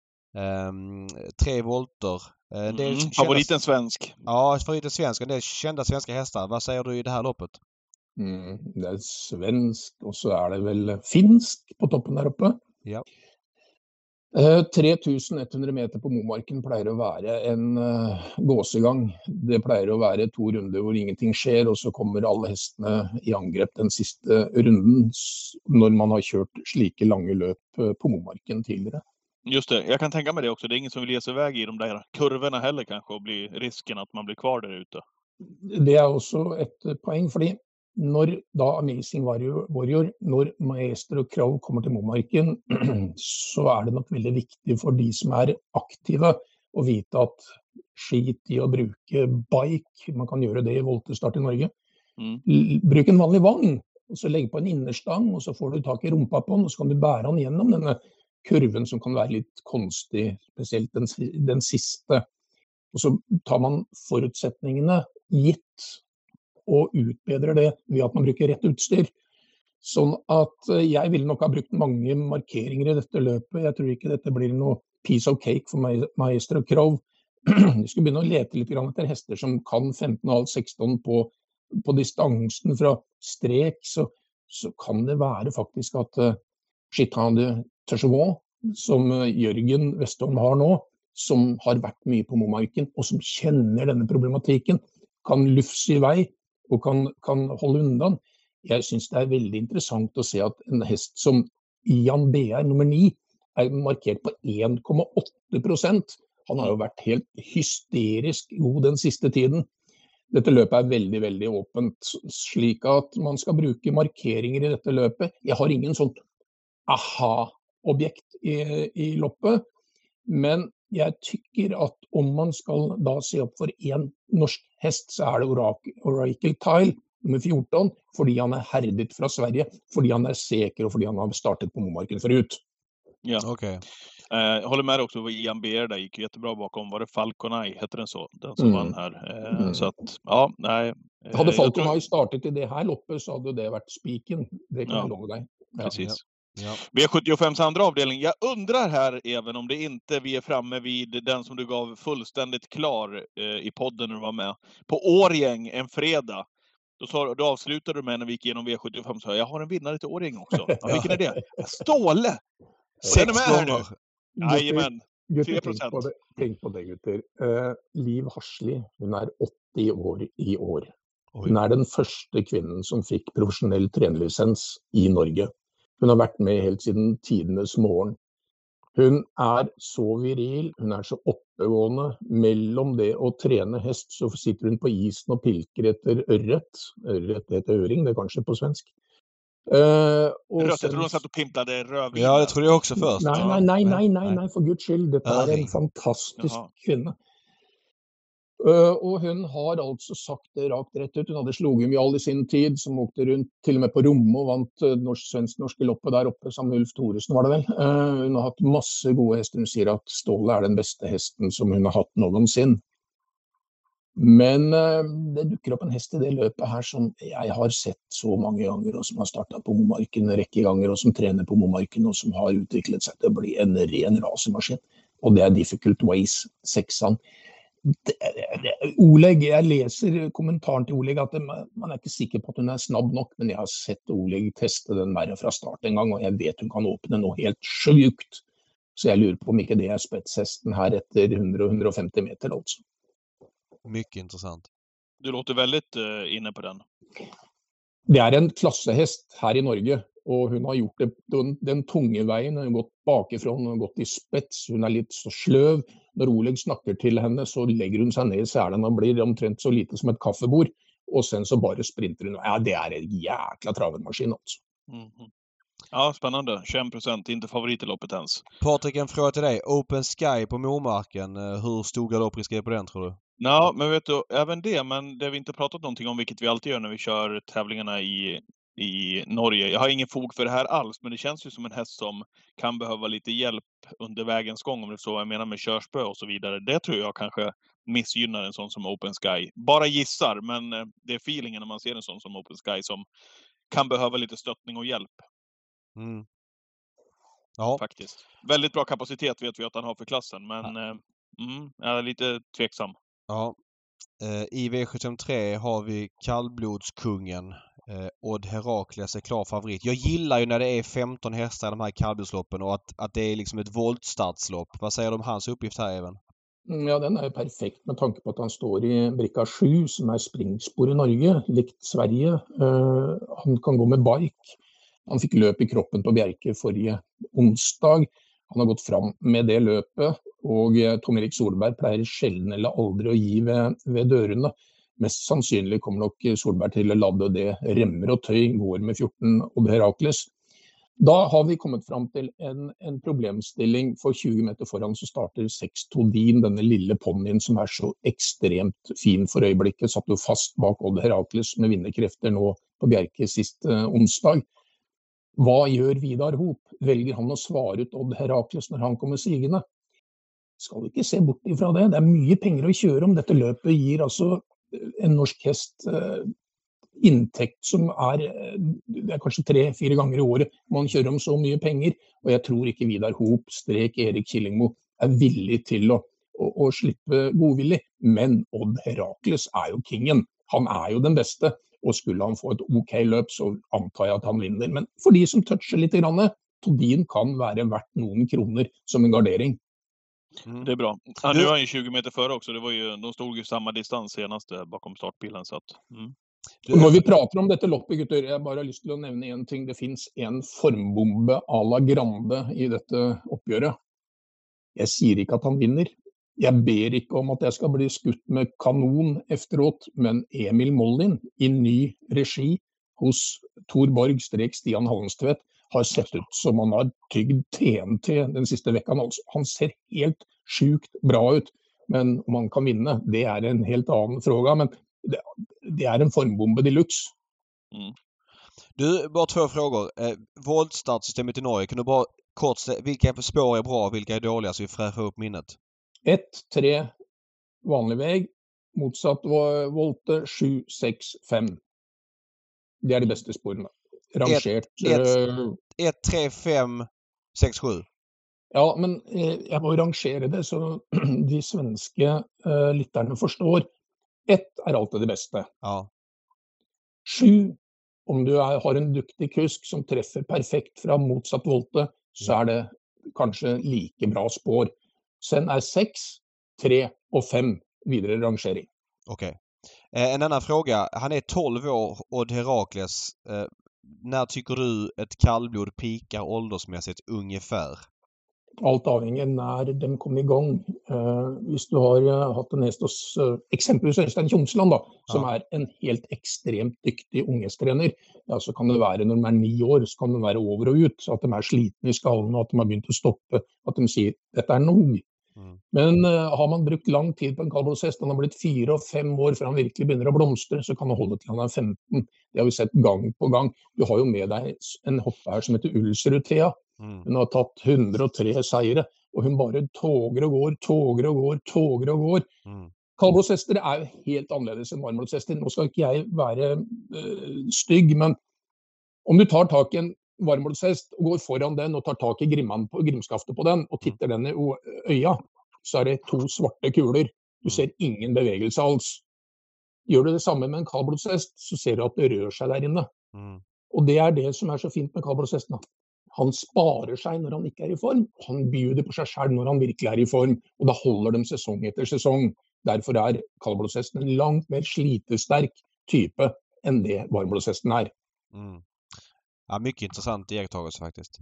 3 volter. Favoriten svensk. Ja, favoriten svensk. Det är kända svenska hästar. Vad säger du i det här loppet? Det är svensk och så är det väl finsk på toppen där uppe. Ja. 3100 meter på Momarken pleier å være en gåsegang. Det pleier å være 2 runder hvor ingenting skjer, og så kommer alle hestene i angrep den siste runden når man har kjørt slike lange løp på Momarken tidligere. Just det, jag kan tänka mig det också. Det är ingen som vill ge sig iväg i de där kurvorna heller kanske och bli risken att man blir kvar där ute. Det är också ett poäng, fordi når da Amazing Warrior, når Maestro Crow kommer til Momarken, så er det nok veldig viktig for de som er aktive å vite at skit i å bruke bike, man kan gjøre det i voltestart i Norge. Bruk en vanlig vagn, og så legg på en innerstang, og så får du tak i rumpa på den, og så kan du bære den gjennom denne kurven som kan være litt konstig, spesielt den siste. Og så tar man forutsetningene gitt, og utbedrer det ved at man bruker rett utstyr. Sånn at jeg ville nok ha brukt mange markeringer i dette løpet. Jeg tror ikke dette blir noe piece of cake for Maestro Crow. Vi skulle begynne å lete litt etter hester som kan 15,5-16 på distansen fra strek, så kan det være faktisk at Chitan de Terchevaux, som Jørgen Westholm har nå, som har vært mye på Momarken, og som kjenner denne problematikken, kan lufse i vei og kan holde undan. Jeg synes det er veldig interessant å se at en hest som Ian BR nummer 9 er markert på 1,8%. Han har jo vært helt hysterisk god den siste tiden. Dette løpet er veldig, veldig åpent, slik at man skal bruke markeringer i dette løpet. Jeg har ingen sånn aha-objekt i loppet, men jeg tykker at om man skal da se opp for en norsk hest, så er det Oracle Tile, nummer 14, fordi han er herdet fra Sverige, fordi han er sikker og fordi han har startet på Momarken förut. Ja, Okej. Jag håller med också, Ian BR där gick jättebra bakom. Var det Falcon Eye, heter den så? Den som vann här. Så att, ja, nej. Hade Falcon Eye startat i det här loppet så hade det varit spiken. Det kan jag lova dig. Ja. Precis. Ja. V75s andra avdelning. Jag undrar här även om det inte vi är framme vid den som du gav fullständigt klar i podden när du var med. På Årgäng en fredag. Då avslutade du med när vi gick igenom V75 så jag har en vinnare till Årgäng också. Ja, vilken är det? Ståle! 6 gånger. Jajamän. 3%. Tänk på det, gutter. Liv Harsli, hon är 80 år i år. Hon är den första kvinnen som fick professionell trenerlicens i Norge. Hon har varit med helt sedan tidernas morgon. Hon är så viril, hon är så uppegående. Mellom det och träna häst så sitter hon på isen och pilker efter örret. Örret heter öring, det är kanske på svensk. Jag tror de satt och pimplade rödvin. Ja, det trodde jag också först. Nej, för guds skull. Det är en fantastisk kvinna. Och hon har alltså sagt det rakt rätt ut. Hon hade Slogumjal i sin tid, som åkte runt till och med på Romme och vann svensk-norske loppet där uppe, som Ulf Thoresen var det väl. Hon har haft massor goda hästar. Hon säger att Ståle är den bästa hästen som hon har haft någonsin. Men det dukker upp en häst i det löpet här som jag har sett så många gånger och som har startat på Momarken en räcka gånger och som tränar på Momarken och som har utvecklat sig till att bli en ren rasemaskin. Och det är Difficult Ways 6an. Oleg, jag läser kommentaren till Oleg att man är inte säker på att hon är snabb nog, men jag har sett Oleg testa den där från start en gång och jag vet hon kan öppna något helt sjukt. Så jag lurer på om inte det är spetshästen här efter 100-150 meter alltså. Mycket intressant. Du låter väldigt inne på den. Det är en klassehäst här i Norge och hon har gjort det den tunga vägen. Hon har gått bakifrån och gått i spets. Hon är lite så slöv. När Oleg snackar till henne så lägger hon sig ner i sälen och blir omtrent så lite som ett kaffebord. Och sen så bara sprinter hon. Ja, det är en jäkla travenmaskin alltså. Ja, spännande. 21%, inte favorit i loppet ens. Patrik, en fråga till dig. Open Sky på Momarken. Hur stor galopprisk är på den, tror du? Ja, men vet du, även det, men det har vi inte pratat någonting om, vilket vi alltid gör när vi kör tävlingarna i Norge. Jag har ingen fog för det här alls, men det känns ju som en häst som kan behöva lite hjälp under vägens gång, om det är så jag menar med körspö och så vidare. Det tror jag kanske missgynnar en sån som Open Sky. Bara gissar, men det är feelingen när man ser en sån som Open Sky som kan behöva lite stöttning och hjälp. Ja. Faktiskt. Väldigt bra kapacitet vet vi att han har för klassen, men jag är lite tveksam. Ja. I V73 har vi kallblodskungen. Odd Herakles är klar favorit. Jag gillar ju när det är 15 hästar i de här kallblodsloppen och att det är liksom ett voltstartslopp. Vad säger du om hans uppgift här, även? Ja, den är ju perfekt med tanke på att han står i bricka 7 som är springspår i Norge, likt Sverige. Han kan gå med bike. Han fick löp i kroppen på Bjerke förra onsdag. Han har gått fram med det löpet, och Tom Erik Solberg pleier sjelden eller aldri å gi ved dørene. Mest sannsynlig kommer nok Solberg til å ladde det remmer og tøy går med 14 Odd Herakles. Da har vi kommet fram til en problemstilling. For 20 meter foran så starter 6 Todin, denne lille ponnien som er så ekstremt fin for øyeblikket. Satt jo fast bak Odd Herakles med vinnerkrefter nå på Bjerke sist onsdag. Hva gjør Vidar Hop? Velger han å svare ut Odd Herakles når han kommer sigende? Skal ikke se bort ifra det. Det er mye penger å kjøre om. Dette løpet gir altså en norsk hest inntekt som det er kanskje 3-4 ganger i året man kjører om så mye penger, og jeg tror ikke Vidar Hop, strek Erik Killingmo, er villig til å slippe godvillig. Men Odd Herakles er jo kingen. Han er jo den beste, og skulle han få et ok løp, så antar jeg at han vinner. Men for de som toucher litt grann, Todin kan være verdt noen kroner som en gardering. Det är bra. Nu är han ju 20 meter före också. De stod ju samma distans senast bakom startpilen. Så att, Når vi prater om dette loppet, gutter, jeg bare har lyst til å nevne en ting. Det finnes en formbombe à la Grande i dette oppgjøret. Jeg sier ikke at han vinner. Jeg ber ikke om at jeg skal bli skutt med kanon efteråt, men Emil Mollin i ny regi hos Tor Borg-Stian Hallenstvedt har sett ut som han har tygd TNT den siste vekka. Han ser helt sjukt bra ut, men om han kan vinne, det är en helt annan fråga. Men det är en formbombe deluxe. Du, bara 2 frågor. Voltstartsystemet i Norge, kan du bara kort säga vilka spår är bra och vilka är dåliga så vi fräschar upp minnet? 1-3 vanlig väg, motsatt volte 7-6-5. Det är de bästa spåren. Rangert 1-3-5-6-7. Ja, men jag må rangera det så de svenska lyttarna förstår. 1 är alltid det bästa. Ja. 7, om du har en duktig kusk som träffar perfekt från motsatt volte, så är det kanske lika bra spår. Sen är 6, 3 och 5 vidare rangering. Okej. En annan fråga. Han är 12 år och Herakles. När tycker du ett kallblod pikar åldersmässigt ungefär? Allt avhänger när de kom igång. Hvis du har haft en häst hos exempelvis Øystein Tjomsland då, som är en helt extremt duktig unghetstrener, ja, så kan det vara när de är 9 år, så kan det vara över och ut, så att de är slitna i skallen och att de har börjat stoppa, att de säger detta är nog. Men har man brukt lång tid på en kallblodshäst, han har blivit 4 och 5 år för han verkligen börjar att blomstra, så kan han hålla till han är 15. Det har vi sett gång på gång. Du har ju med dig en hoppe här som heter Ulsrud Thea. Hon har tagit 103 segrar och hon bara tågar och går. Kallblodshästar är ju helt annorlunda än varmblodshästar. Nu ska inte jag vara stygg, men om du tar tag i en varmblodshäst och går föran den och tar tag i grimskaftet på den och tittar den i ögat, så är det 2 svarta kulor. Du ser ingen bevegelse alls. Gör du det samma med en kallblodshäst, så ser du att det rör sig där inne. Och det är det som är så fint med kallblodshästarna. Han sparar sig när han inte är i form. Han bjuder på sig själv när han verkligen är i form. Och då håller de säsong efter säsong. Därför är kallblodshästen en långt mer slitestark type än det varmblodshästen är. Ja, mycket intressant iakttagelse faktiskt.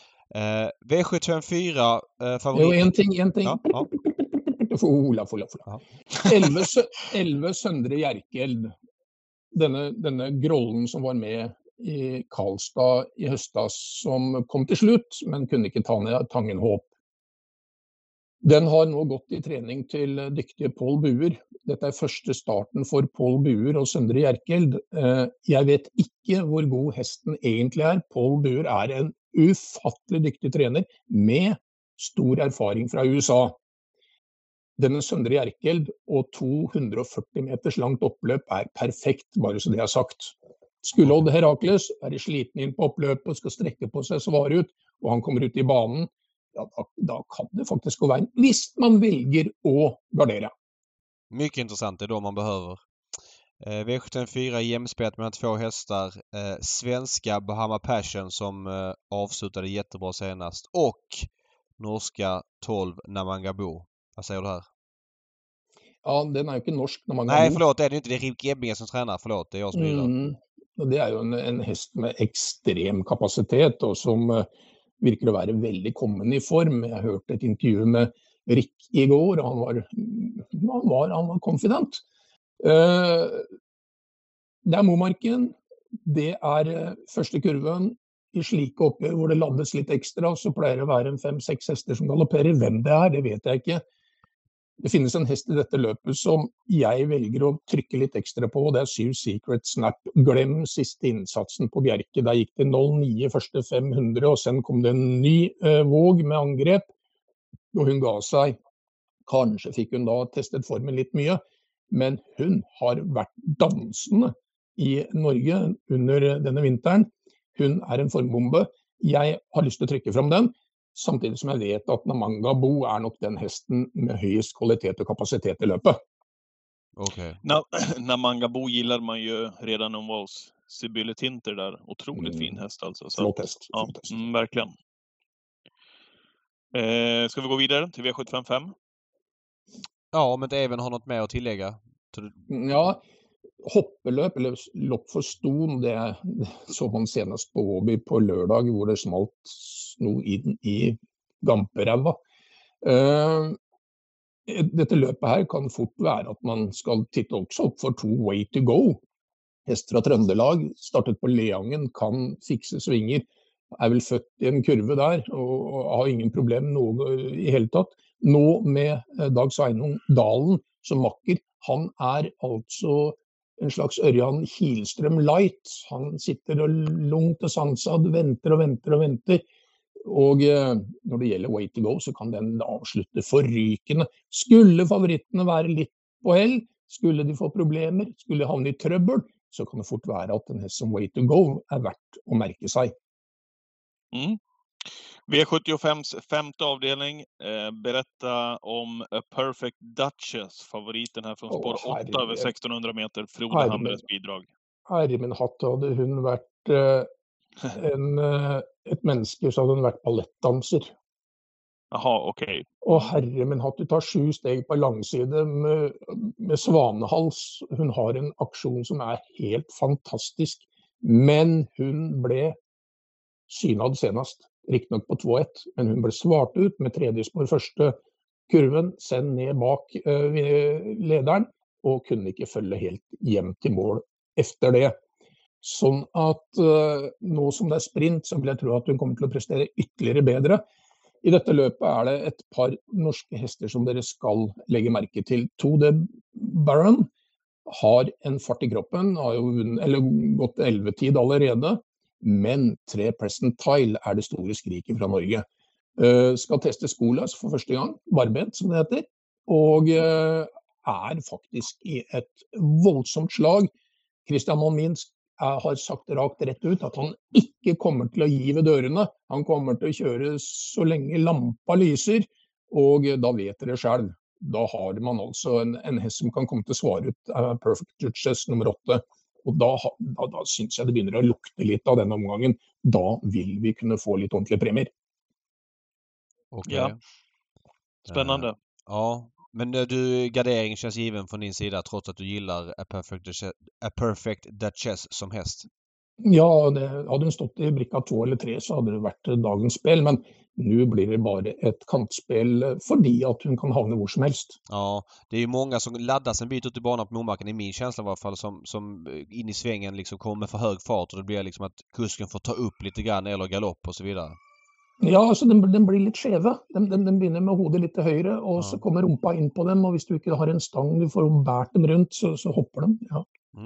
V754 favorit. Jo, en ting. Ja. Ola. 11 Søndre Hjerkeld. Denne grollen som var med i Karlstad i höstas, som kom till slut, men kunde inte ta ner Tangenhåp. Den har nu gått i träning till duktige Paul Buer. Detta är första starten för Paul Buer och Søndre Hjerkeld. Jag vet inte hur god hästen egentligen är. Paul Buer är en ufattelig duktig tränare med stor erfaring från USA. Denne Søndre Hjerkeld och 240 meters långt upplöp är perfekt, bara så det har sagt. Skulle Odd Herakles är sliten in på upplöpet och ska sträcka på sig svara ut, och han kommer ut i banan, ja, då kan det faktiskt gå vägen, visst man väljer att gardera. Mycket intressant, det är då man behöver. V74 jämspelat mellan 2 hästar. Svenska Bahama Passion som avslutade jättebra senast, och norska 12 Namangabo. Vad säger du här? Ja, den är ju inte norsk Namangabo. Nej, förlåt, det är inte. Det är Rik Ebbinge som tränar. Förlåt, det är jag som blir Det är ju en häst med extrem kapacitet och som virker att vara väldigt kommen i form. Jag hörde ett intervju med Rick igår och han var confident. Det är Momarken. Det är första kurvan i slike oppgjør hvor det laddes litt ekstra, så pleier det å være en 5-6 hester som galopperer. Hvem det er, det vet jeg ikke. Det finnes en hest i dette løpet som jeg velger å trykke litt ekstra på, og det er 7 Secret Snap. Glem siste innsatsen på Bjerke. Der gikk det 0-9 første 500, og sen kom det en ny våg med angrep, og hun ga seg. Kanskje fikk hun da testet formen litt mye, men hun har vært dansende i Norge under denne vinteren. Hun er en formbombe. Jeg har lyst til å trykke frem den, samtidig som jeg vet at Namangabo er nok den hesten med høyest kvalitet och kapacitet i löpet. Okej. Namangabo gillar man ju redan om vals Sibylle Tinter där. Otroligt fin häst alltså. Så Flott häst. ja, verkligen. Ska vi gå vidare till V755? Ja, om inte även har något mer att tillägga. Ja, hoppeløp eller lopp for ston, det så man senest på Åby på lørdag, hvor det smalt noe inn i gamperæva. Dette løpet her kan fort være at man skal titte også opp for 2 Way to Go. Hest fra Trøndelag, startet på Leangen, kan fikse svinger, er vel født i en kurve der, og har ingen problem noe i hele tatt. Nå med Dag Sveinung Dalen som makker, han er altså en slags Ørjan Hilstrøm light. Han sitter og lungt og sansad, venter og venter og venter. Og når det gjelder Way to Go, så kan den avslutte forrykende. Skulle favorittene være litt på hell, skulle de få problemer, skulle havne i trøbbel, så kan det fort være at en hest som Way to Go er verdt å merke seg. V75s femte avdelning. Berätta om A Perfect Duchess, favoriten här från spår 8 över 1600 meter. Frode Hamres bidrag. Herre min hatt, hadde hun vært et menneske, så hadde hun vært ballettdanser. Jaha, okej. Og herre min hatt, du tar 7 steg på langside med svanehals. Hun har en aksjon som er helt fantastisk, men hun ble synad senest. Riktignok på 2-1, men hun ble svart ut med tredje spor første kurven, send ned bak lederen, og kunne ikke følge helt hjem til mål efter det. Sånn at nå som det er sprint, så vil jeg tro at hun kommer til å prestere ytterligere bedre. I dette løpet er det et par norske hester som dere skal legge merke til. Tode Baron har en fart i kroppen, har jo gått 11-tid allerede, men 3 Present Tile er det store skriket fra Norge. Skal teste skoløs for første gang, barbent som det heter, og er faktisk i et voldsomt slag. Christian Malmin har sagt rakt rett ut at han ikke kommer til å gi ved dørene. Han kommer til å kjøre så lenge lampa lyser, og da vet dere selv. Da har man altså en hest som kan komme til å svare ut Perfect Duchess nummer 8. Og da synes jeg det begynner å lukte litt av denne omgangen. Da vil vi kunne få litt ordentlige premier. Okay. Ja. Spännande. Ja, men du, gardering känns given från din sida trots att du gillar A Perfect Duchess som häst. Ja, hade hun stått i bricka 2 eller 3 så hade det varit dagens spel, men nu blir det bara ett kantspel fordi att hon kan havna hvor som helst. Ja, det är ju många som laddas en bit ut i banan på Momarken, i min känsla i alla fall, som in i svängen liksom kommer för hög fart och det blir liksom att kusken får ta upp lite grann eller galopp och så vidare. Ja, alltså den blir litt skjeve. Den begynner med hodet litt til høyre, og så kommer rumpa inn på dem, og hvis du ikke har en stang du får bært dem rundt, så hopper de. Ja.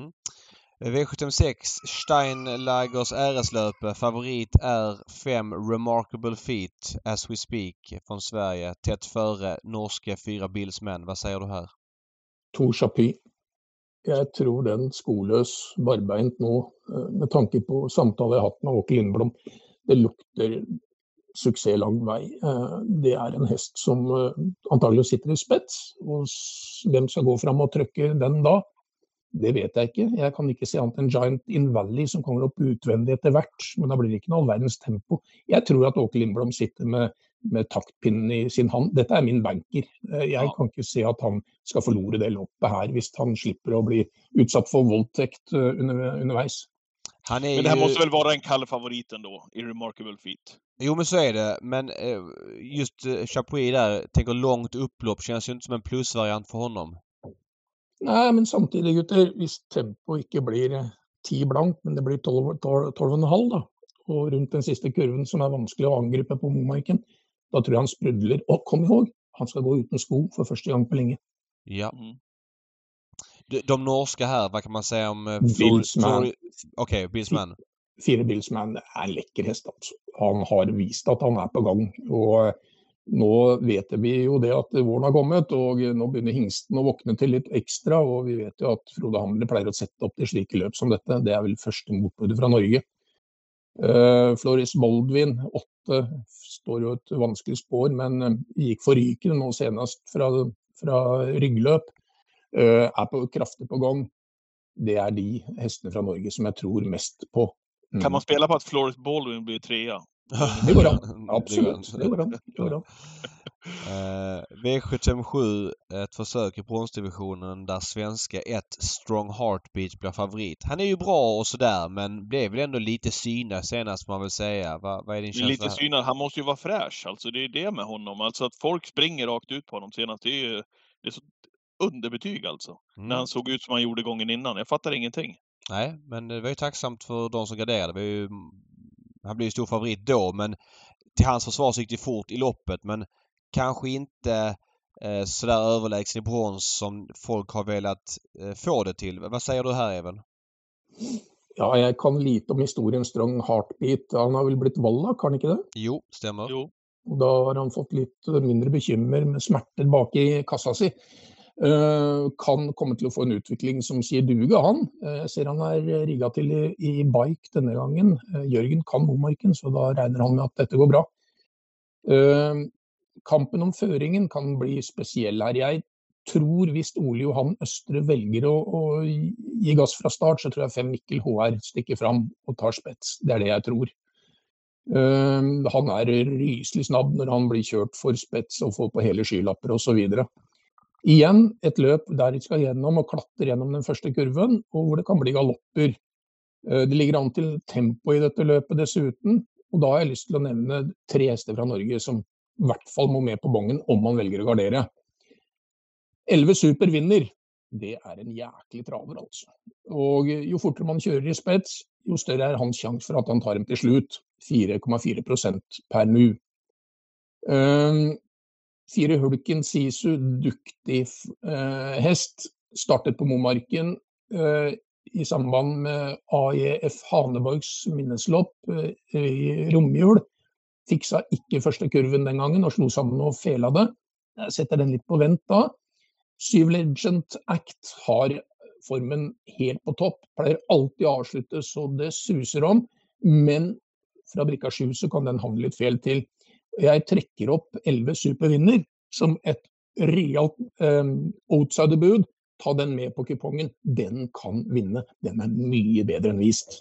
V76, Steinlagers RS-löpe. Favorit är 5 Remarkable Feet as we speak från Sverige. Tätt före norske 4 Bilsmen. Vad säger du här? 2 Chapuis. Jeg tror den skoløs barbeint nå, med tanke på samtale jeg har hatt med Åke Lindblom, det lukter suksess lang vei. Det er en hest som antagelig sitter i spets, og hvem skal gå fram og trykke den da? Det vet jeg ikke. Jeg kan ikke se annet enn Giant in Valley som kommer opp utvendig etter hvert, men da blir det ikke noe all verdens tempo. Jeg tror at Åke Lindblom sitter med taktpinnen i sin hand. Dette er min banker. Jeg kan ikke se at han skal forlore det loppet her hvis han slipper å bli utsatt for voldtekt underveis. Men det här måste väl vara en kall favorit ändå i Remarkable Feet? Jo, men så är det. Men just Chapuis där, tänker långt upplopp, känns ju inte som en plusvariant för honom. Nej, men samtidig gutter, hvis tempo ikke blir 10 blank, men det blir 12,5 da, og rundt den siste kurven som er vanskelig å angripe på Momarken, da tror jeg han sprudler. Og kom ihåg, han skal gå uten sko for første gang på lenge. Ja. De norska här, vad kan man säga om Bilsman? Okej, Bilsman. 4 Bilsman er en lekker hest, altså. Han har vist at han er på gang, og nå vet vi jo det at våren har kommet, og nå begynner hingsten å våkne til litt ekstra, og vi vet jo at Frode Hamre pleier å sette opp til slike løp som dette. Det er vel første motbudet fra Norge. Floris Baldwin, 8, står jo et vanskelig spår, men gikk forrykende nå senest fra ryggløp. Er kraftig på gang. Det er de hestene fra Norge som jeg tror mest på. Kan man spela på att Floris Baldwin blir 3? Det går an. Absolut, det går an. V757, ett försök i bronsdivisionen där svenska 1 Strong Heartbeat blir favorit. Han är ju bra och sådär, men blev väl ändå lite synad senast, man vill säga. Vad är din känsla? Lite synad. Han måste ju vara fräsch. Alltså det är det med honom. Alltså att folk springer rakt ut på honom senast. Det är så underbetyg alltså. När han såg ut som han gjorde gången innan. Jag fattar ingenting. Nej, men det var ju tacksamt för de som garderade. Han blev ju stor favorit då, men till hans försvar så gick det fort i loppet. Men kanske inte sådär överlägsen i brons som folk har velat få det till. Vad säger du här, Even? Ja, jag kan lite om historien Strong Heartbeat. Han har väl blivit Wallach, har han inte det? Jo, stämmer. Jo. Och då har han fått lite mindre bekymmer med smärtor bak i kassa si. Kan komma till att få en utveckling som säger duga han. Ser han är riggat till i bike denna gången. Jörgen kan Momarken, så då räknar han med att detta går bra. Kampen om føringen kan bli spesiell her. Jeg tror hvis Ole Johan Østre velger å gi gass fra start, så tror jeg 5 Mikkel HR stikker fram og tar spets. Det er det jeg tror. Han er ryselig snabb når han blir kjørt for spets og får på hele skylapper og så videre. Igjen et løp der de skal gjennom og klatre gjennom den første kurven, og hvor det kan bli galopper. Det ligger an til tempo i dette løpet dessuten, og da har jeg lyst til å nevne 3 hester fra Norge som i hvert fall må med på bongen om man velger å gardere. 11 Super vinner. Det er en jæklig traver, altså. Og jo fortere man kjører i spets, jo større er hans sjanse for at han tar dem til slutt. 4,4% per nu. 4 Hulken Sisu, duktig hest, startet på Momarken i samband med AEF Haneborgs minneslopp i romjul. Fiksa ikke første kurven den gangen og slo sammen og fela det. Jeg setter den litt på vent da. 7 Legend Act har formen helt på topp, pleier alltid å avslutte så det suser om, men fra brikka 7 så kan den havne litt fel til. Jeg trekker opp 11 Supervinner som et realt outsiderbud. Ta den med på kupongen. Den kan vinne. Den är mycket bättre än vist.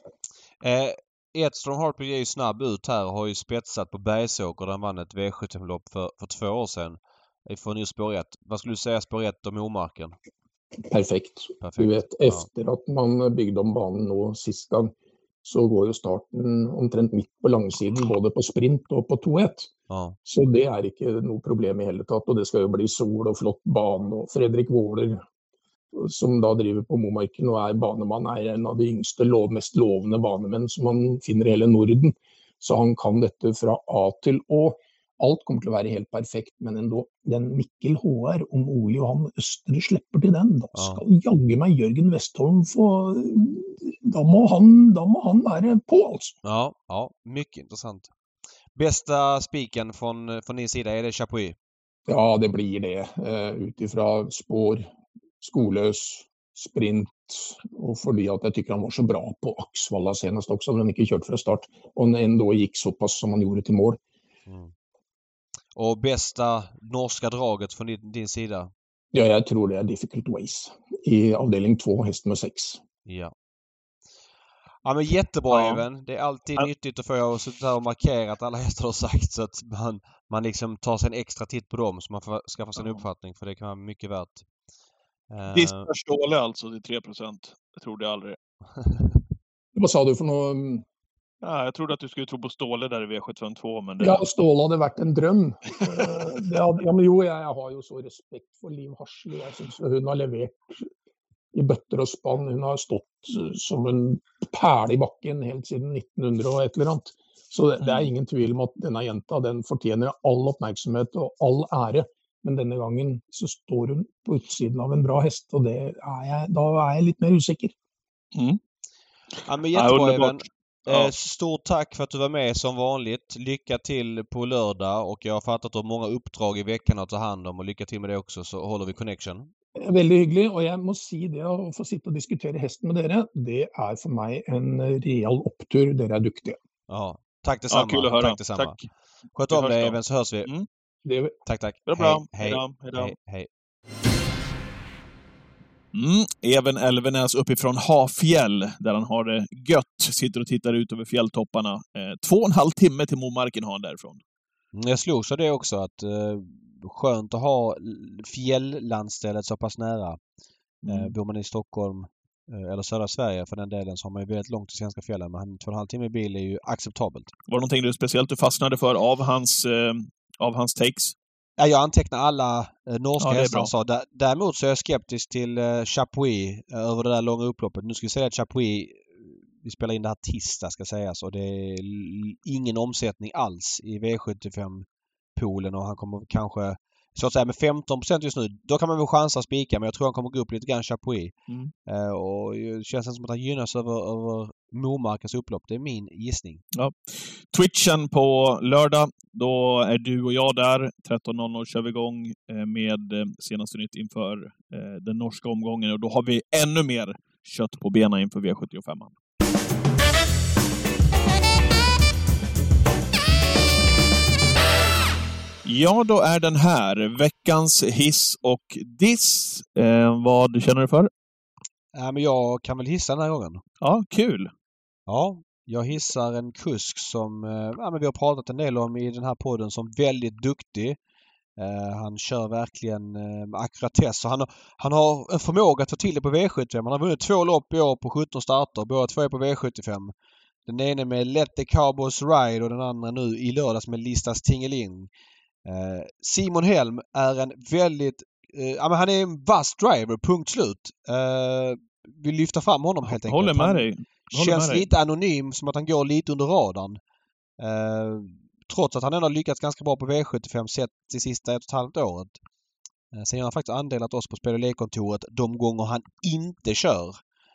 Ett Strong Heartbeat är ju snabb ut här och har ju spetsat på Bergsåker. Den vann ett V75-lopp för 2 år sedan. Vi får nu spår 1. Vad skulle du säga spår 1 om Momarken? Perfekt. Du vet, efter att man byggde om banan nu sist gång, så går ju starten omtrent mitt på langsiden, både på sprint och på 2-1. Ja. Så det är inte något problem i hela tatt, och det ska ju bli sol och flott ban, och Fredrik Wåhler, som då driver på Momarken och är baneman, är en av de yngste, mest lovande banemän som man finner i hela Norden. Så han kan detta från A till Å. Allt kommer till att vara helt perfekt, men ändå, den Mikkel HR, om Ole Johan Østre släpper till den, då ska jagge mig Jörgen Westholm få, då må han vara på alltså. Ja, mycket intressant. Bästa spiken från din sida, är det Chapuis? Ja, det blir det. Utifrån spår, skolös, sprint, och fordi att jag tycker han var så bra på Axvalla senast också, men han inte kört från start, och ändå gick så pass som han gjorde till mål. Och bästa norska draget från din sida? Ja, jag tror det är Difficult Ways i avdelning 2, häst nummer 6. Ja. Ja, men jättebra även. Det är alltid nyttigt att få sitta och markera att alla hästar har sagt, så att man liksom tar sig en extra titt på dem så man får skaffa sig en uppfattning, för det kan vara mycket värt. Distar Ståle alltså till 3%. Jag trodde aldrig. Vad sa du för något? Ja, jag trodde att du skulle tro på Ståle där i V752, men det... Ja, Ståle hade varit en dröm. Jag har ju så respekt för Liv Harsli. Jag syns hon har levererat i bötter och spann. Hon har stått som en pärl i backen helt sedan 1900 och ett eller annat. Så det är ingen tvivel om att denna jenta, den förtjänar all uppmärksamhet och all ära. Men denna gången så står hon på utsidan av en bra häst, och då är jag lite mer osäker. Ja, men jättebra även. Stort tack för att du var med som vanligt. Lycka till på lördag, och jag har fattat att du har många uppdrag i veckan att ta hand om, och lycka till med det också, så håller vi connection. Väldigt hyggligt, och jag måste säga det, att få sitta och diskutera hästen med er, det är för mig en rejäl upptur. Ni är duktiga. Ja, tack detsamma. Ja, kul att höra. Tack detsamma. Tack. Sköt om dig även, så hörs vi. Det är... Tack. Det är bra. Hej. Even Elvenäs uppifrån Hafjäll, där han har det gött, sitter och tittar ut över fjälltopparna. 2,5 timme till Momarken har han därifrån. Jag slogs av det också, att skönt att ha fjälllandstället så pass nära. Bor man i Stockholm eller södra Sverige för den delen, så har man ju väldigt långt till svenska fjällen. Men 2,5 timme i bil är ju acceptabelt. Var det någonting du speciellt du fastnade för av hans takes? Ja, jag antecknar alla norska hästar. Så däremot så är jag skeptisk till Chapuis över det där långa upploppet. Nu ska vi säga att Chapuis, vi spelar in det här tisdag ska sägas, och det är ingen omsättning alls i V75-poolen, och han kommer kanske så att säga med 15% just nu. Då kan man väl chansa att spika, men jag tror han kommer gå upp lite grann Chapuis. Och det känns som att han gynnas över Momarkens upplopp. Det är min gissning. Ja. Twitchen på lördag, då är du och jag där. 13.00 kör vi igång med senaste nytt inför den norska omgången, och då har vi ännu mer kött på benen inför V75. Ja, då är den här. Veckans hiss och diss. Vad känner du för? Men jag kan väl hissa den här gången. Ja, kul. Ja, jag hissar en kusk som men vi har pratat en del om i den här podden, som väldigt duktig. Han kör verkligen med akkuratess. Han har en förmåga att få till det på V75. Han har vunnit 2 lopp i år på 17 starter. Båda 2 är på V75. Den ena med Let the Cowboys Ride och den andra nu i lördags med Listas Tingeling. Simon Helm är en väldigt han är en vass driver, punkt slut. Vill lyfta fram honom helt enkelt. Håller med dig. Känns lite anonym, som att han går lite under radarn. Trots att han ändå har lyckats ganska bra på V75 sett det sista 1,5 året. Sen har han faktiskt andelat oss på spel- och lekkontoret de gånger han inte kör.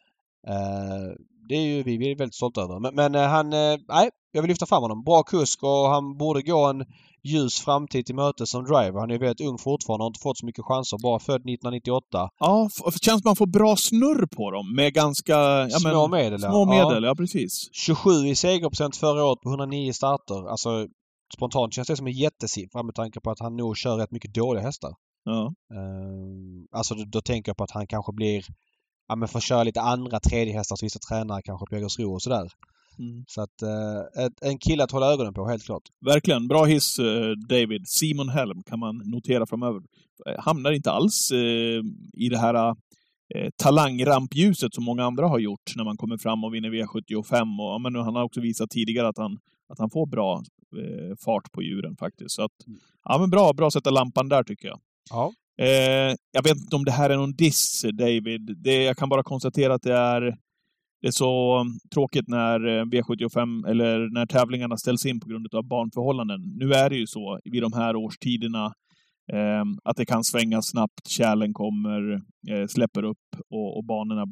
Det är ju vi är väldigt stolta över. Men jag vill lyfta fram honom. Bra kusk, och han borde gå en ljus framtid till möte som driver. Han är väldigt ung fortfarande och har inte fått så mycket chanser. Bara född 1998. Ja, det känns som man får bra snurr på dem med ganska små medel. Ja, precis. 27 i segerprocent förra året på 109 starter. Alltså spontant känns det som en jättesiffra med tanke på att han nog kör rätt mycket dåliga hästar. Ja. Alltså då tänker jag på att han kanske blir får köra lite andra tredje hästar så vissa tränare kanske på Jägersro och sådär. Så att en kille att hålla ögonen på, helt klart. Verkligen. Bra hiss, David. Simon Helm kan man notera framöver. Hamnar inte alls i det här talangrampjuset som många andra har gjort när man kommer fram och vinner V75. Och, men han har också visat tidigare att han får bra fart på djuren faktiskt. Så att, men bra att sätta lampan där tycker jag. Ja. Jag vet inte om det här är någon diss, David. Jag kan bara konstatera att det är så tråkigt när V75 eller när tävlingarna ställs in på grund av barnförhållanden. Nu är det ju så vid de här årstiderna att det kan svänga snabbt. Kärlen kommer, släpper upp och banorna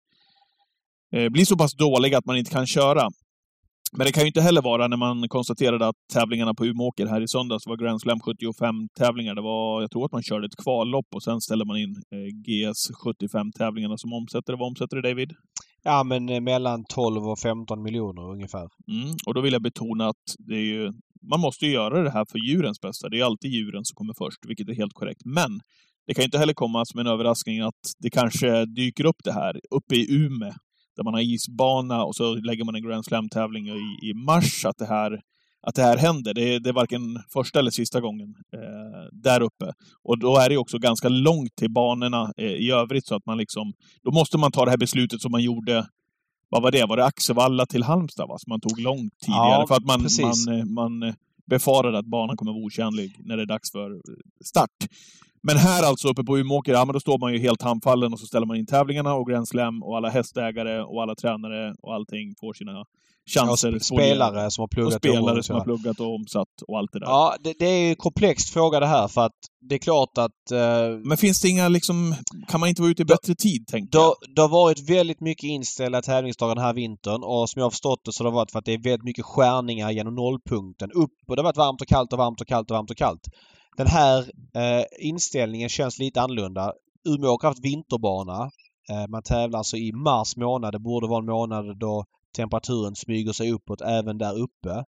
blir så pass dåliga att man inte kan köra. Men det kan ju inte heller vara när man konstaterade att tävlingarna på Umeåker här i söndags var Grand Slam 75 tävlingar. Jag tror att man körde ett kvallopp och sen ställde man in GS 75 tävlingarna som omsätter. Vad omsätter det, David? Ja, men mellan 12 och 15 miljoner ungefär. Och då vill jag betona att man måste ju göra det här för djurens bästa. Det är alltid djuren som kommer först, vilket är helt korrekt. Men det kan ju inte heller komma som en överraskning att det kanske dyker upp det här uppe i Umeå. Där man har isbana och så lägger man en Grand Slam-tävling i mars att det här händer. Det är varken första eller sista gången där uppe. Och då är det också ganska långt till banorna i övrigt så att man då måste man ta det här beslutet som man gjorde. Vad var det? Var det Axevalla till Halmstad, va? Som man tog långt tidigare för att man befarade att banan kommer vara otjänlig när det är dags för start. Men här alltså uppe på Umeåker, men då står man ju helt handfallen och så ställer man in tävlingarna och Grand Slam och alla hästägare och alla tränare och allting får sina chanser. Ja, spelare som har pluggat och omsatt och allt det där. Ja, det är ju en komplex fråga det här, för att det är klart att... Men finns det inga kan man inte vara ute i bättre tid, tänker jag? Det har varit väldigt mycket inställda tävlingsdagar den här vintern, och som jag har förstått det så har det varit för att det är väldigt mycket skärningar genom nollpunkten upp, och det har varit varmt och kallt och varmt och kallt och varmt och kallt. Den här inställningen känns lite annorlunda. Umeå har haft vinterbana. Man tävlar alltså i mars månad. Det borde vara en månad då temperaturen smyger sig uppåt även där uppe.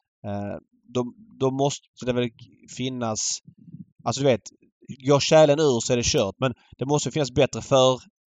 Då måste det väl finnas... Alltså du vet, går kärlen ur så är det kört. Men det måste finnas bättre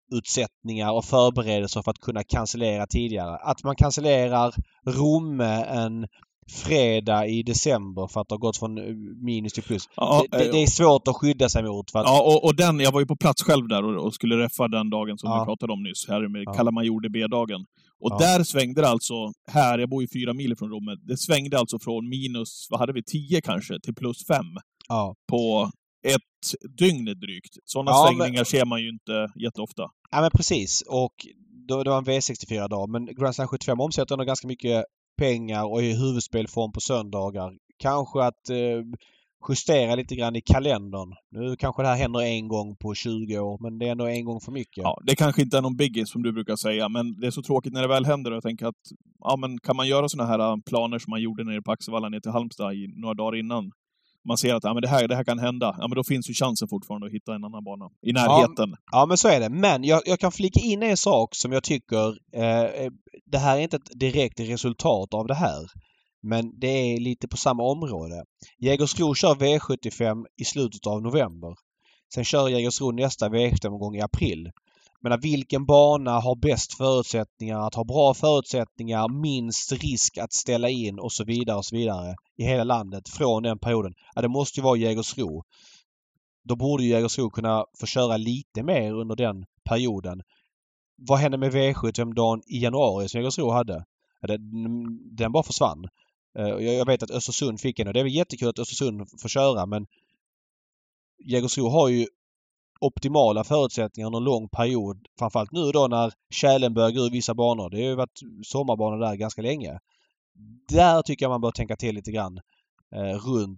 utsättningar och förberedelser för att kunna cancellera tidigare. Att man cancellerar Romme en fredag i december för att det har gått från minus till plus. Ja, det är svårt att skydda sig mot. För att... Ja, och den, jag var ju på plats själv där och skulle reffa den dagen som vi pratade om nyss, här med Kalamajor DB-dagen. Och där svängde det alltså, här, jag bor ju 4 mil från Romme, det svängde alltså från minus, vad hade vi, 10 kanske, till plus 5 på ett dygn drygt. Sådana svängningar ser man ju inte jätteofta. Ja, men precis. Och då var en V64-dag. Men Grand Slam 75 omsätter ändå ganska mycket pengar och är huvudspelform på söndagar. Kanske att justera lite grann i kalendern. Nu kanske det här händer en gång på 20 år, men det är ändå en gång för mycket. Ja, det kanske inte är någon biggie som du brukar säga, men det är så tråkigt när det väl händer. Och jag tänker att, ja, men kan man göra såna här planer som man gjorde nere på Axevalla ner till Halmstad i några dagar innan? Man ser att det här kan hända. Ja, men då finns ju chansen fortfarande att hitta en annan bana i närheten. Ja, men så är det. Men jag kan flika in en sak som jag tycker, det här är inte ett direkt resultat av det här. Men det är lite på samma område. Jägersro kör V75 i slutet av november. Sen kör Jägersro nästa V75-omgång i april. Men vilken bana har bäst förutsättningar att ha bra förutsättningar, minst risk att ställa in och så vidare i hela landet från den perioden? Ja, det måste ju vara Jägersro. Då borde ju Jägersro kunna få köra lite mer under den perioden. Vad hände med V75-dagen i januari som Jägersro hade? Ja, den bara försvann. Jag vet att Östersund fick en och det är väl jättekul att Östersund får köra, men Jägersro har ju optimala förutsättningar under en lång period. Framförallt nu då när kärlen börjar gå ur vissa banor. Det har ju varit sommarbanor där ganska länge. Där tycker jag man bör tänka till lite grann runt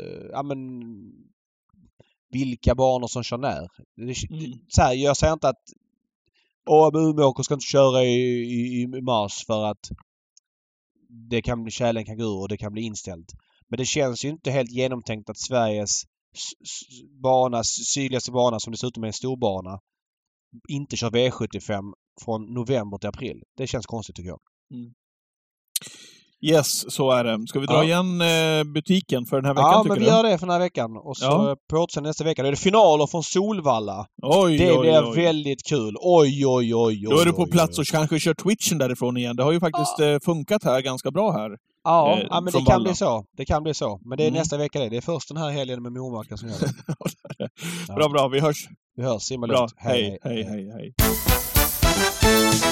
vilka banor som kör när. Så här, jag säger inte att Umeåker ska inte köra i mars för att kärlen kan gå ur och det kan bli inställt. Men det känns ju inte helt genomtänkt att Sveriges sydligaste bana, som dessutom är en stor bana, inte kör V75 från november till april. Det känns konstigt tycker jag. Yes, så är det. Ska vi dra igen butiken för den här veckan? Ja, men vi gör det för den här veckan. Och så på återsen nästa vecka. Det är det finaler från Solvalla. Det blir väldigt kul. Oj. Då är du på plats och kanske kör Twitchen därifrån igen. Det har ju faktiskt funkat här ganska bra här. Ja, men det kan bli så. Det kan bli så. Men det är nästa vecka det. Det är först den här helgen med Momarken som gör det. Bra. Vi hörs. Simma lugnt. Hej.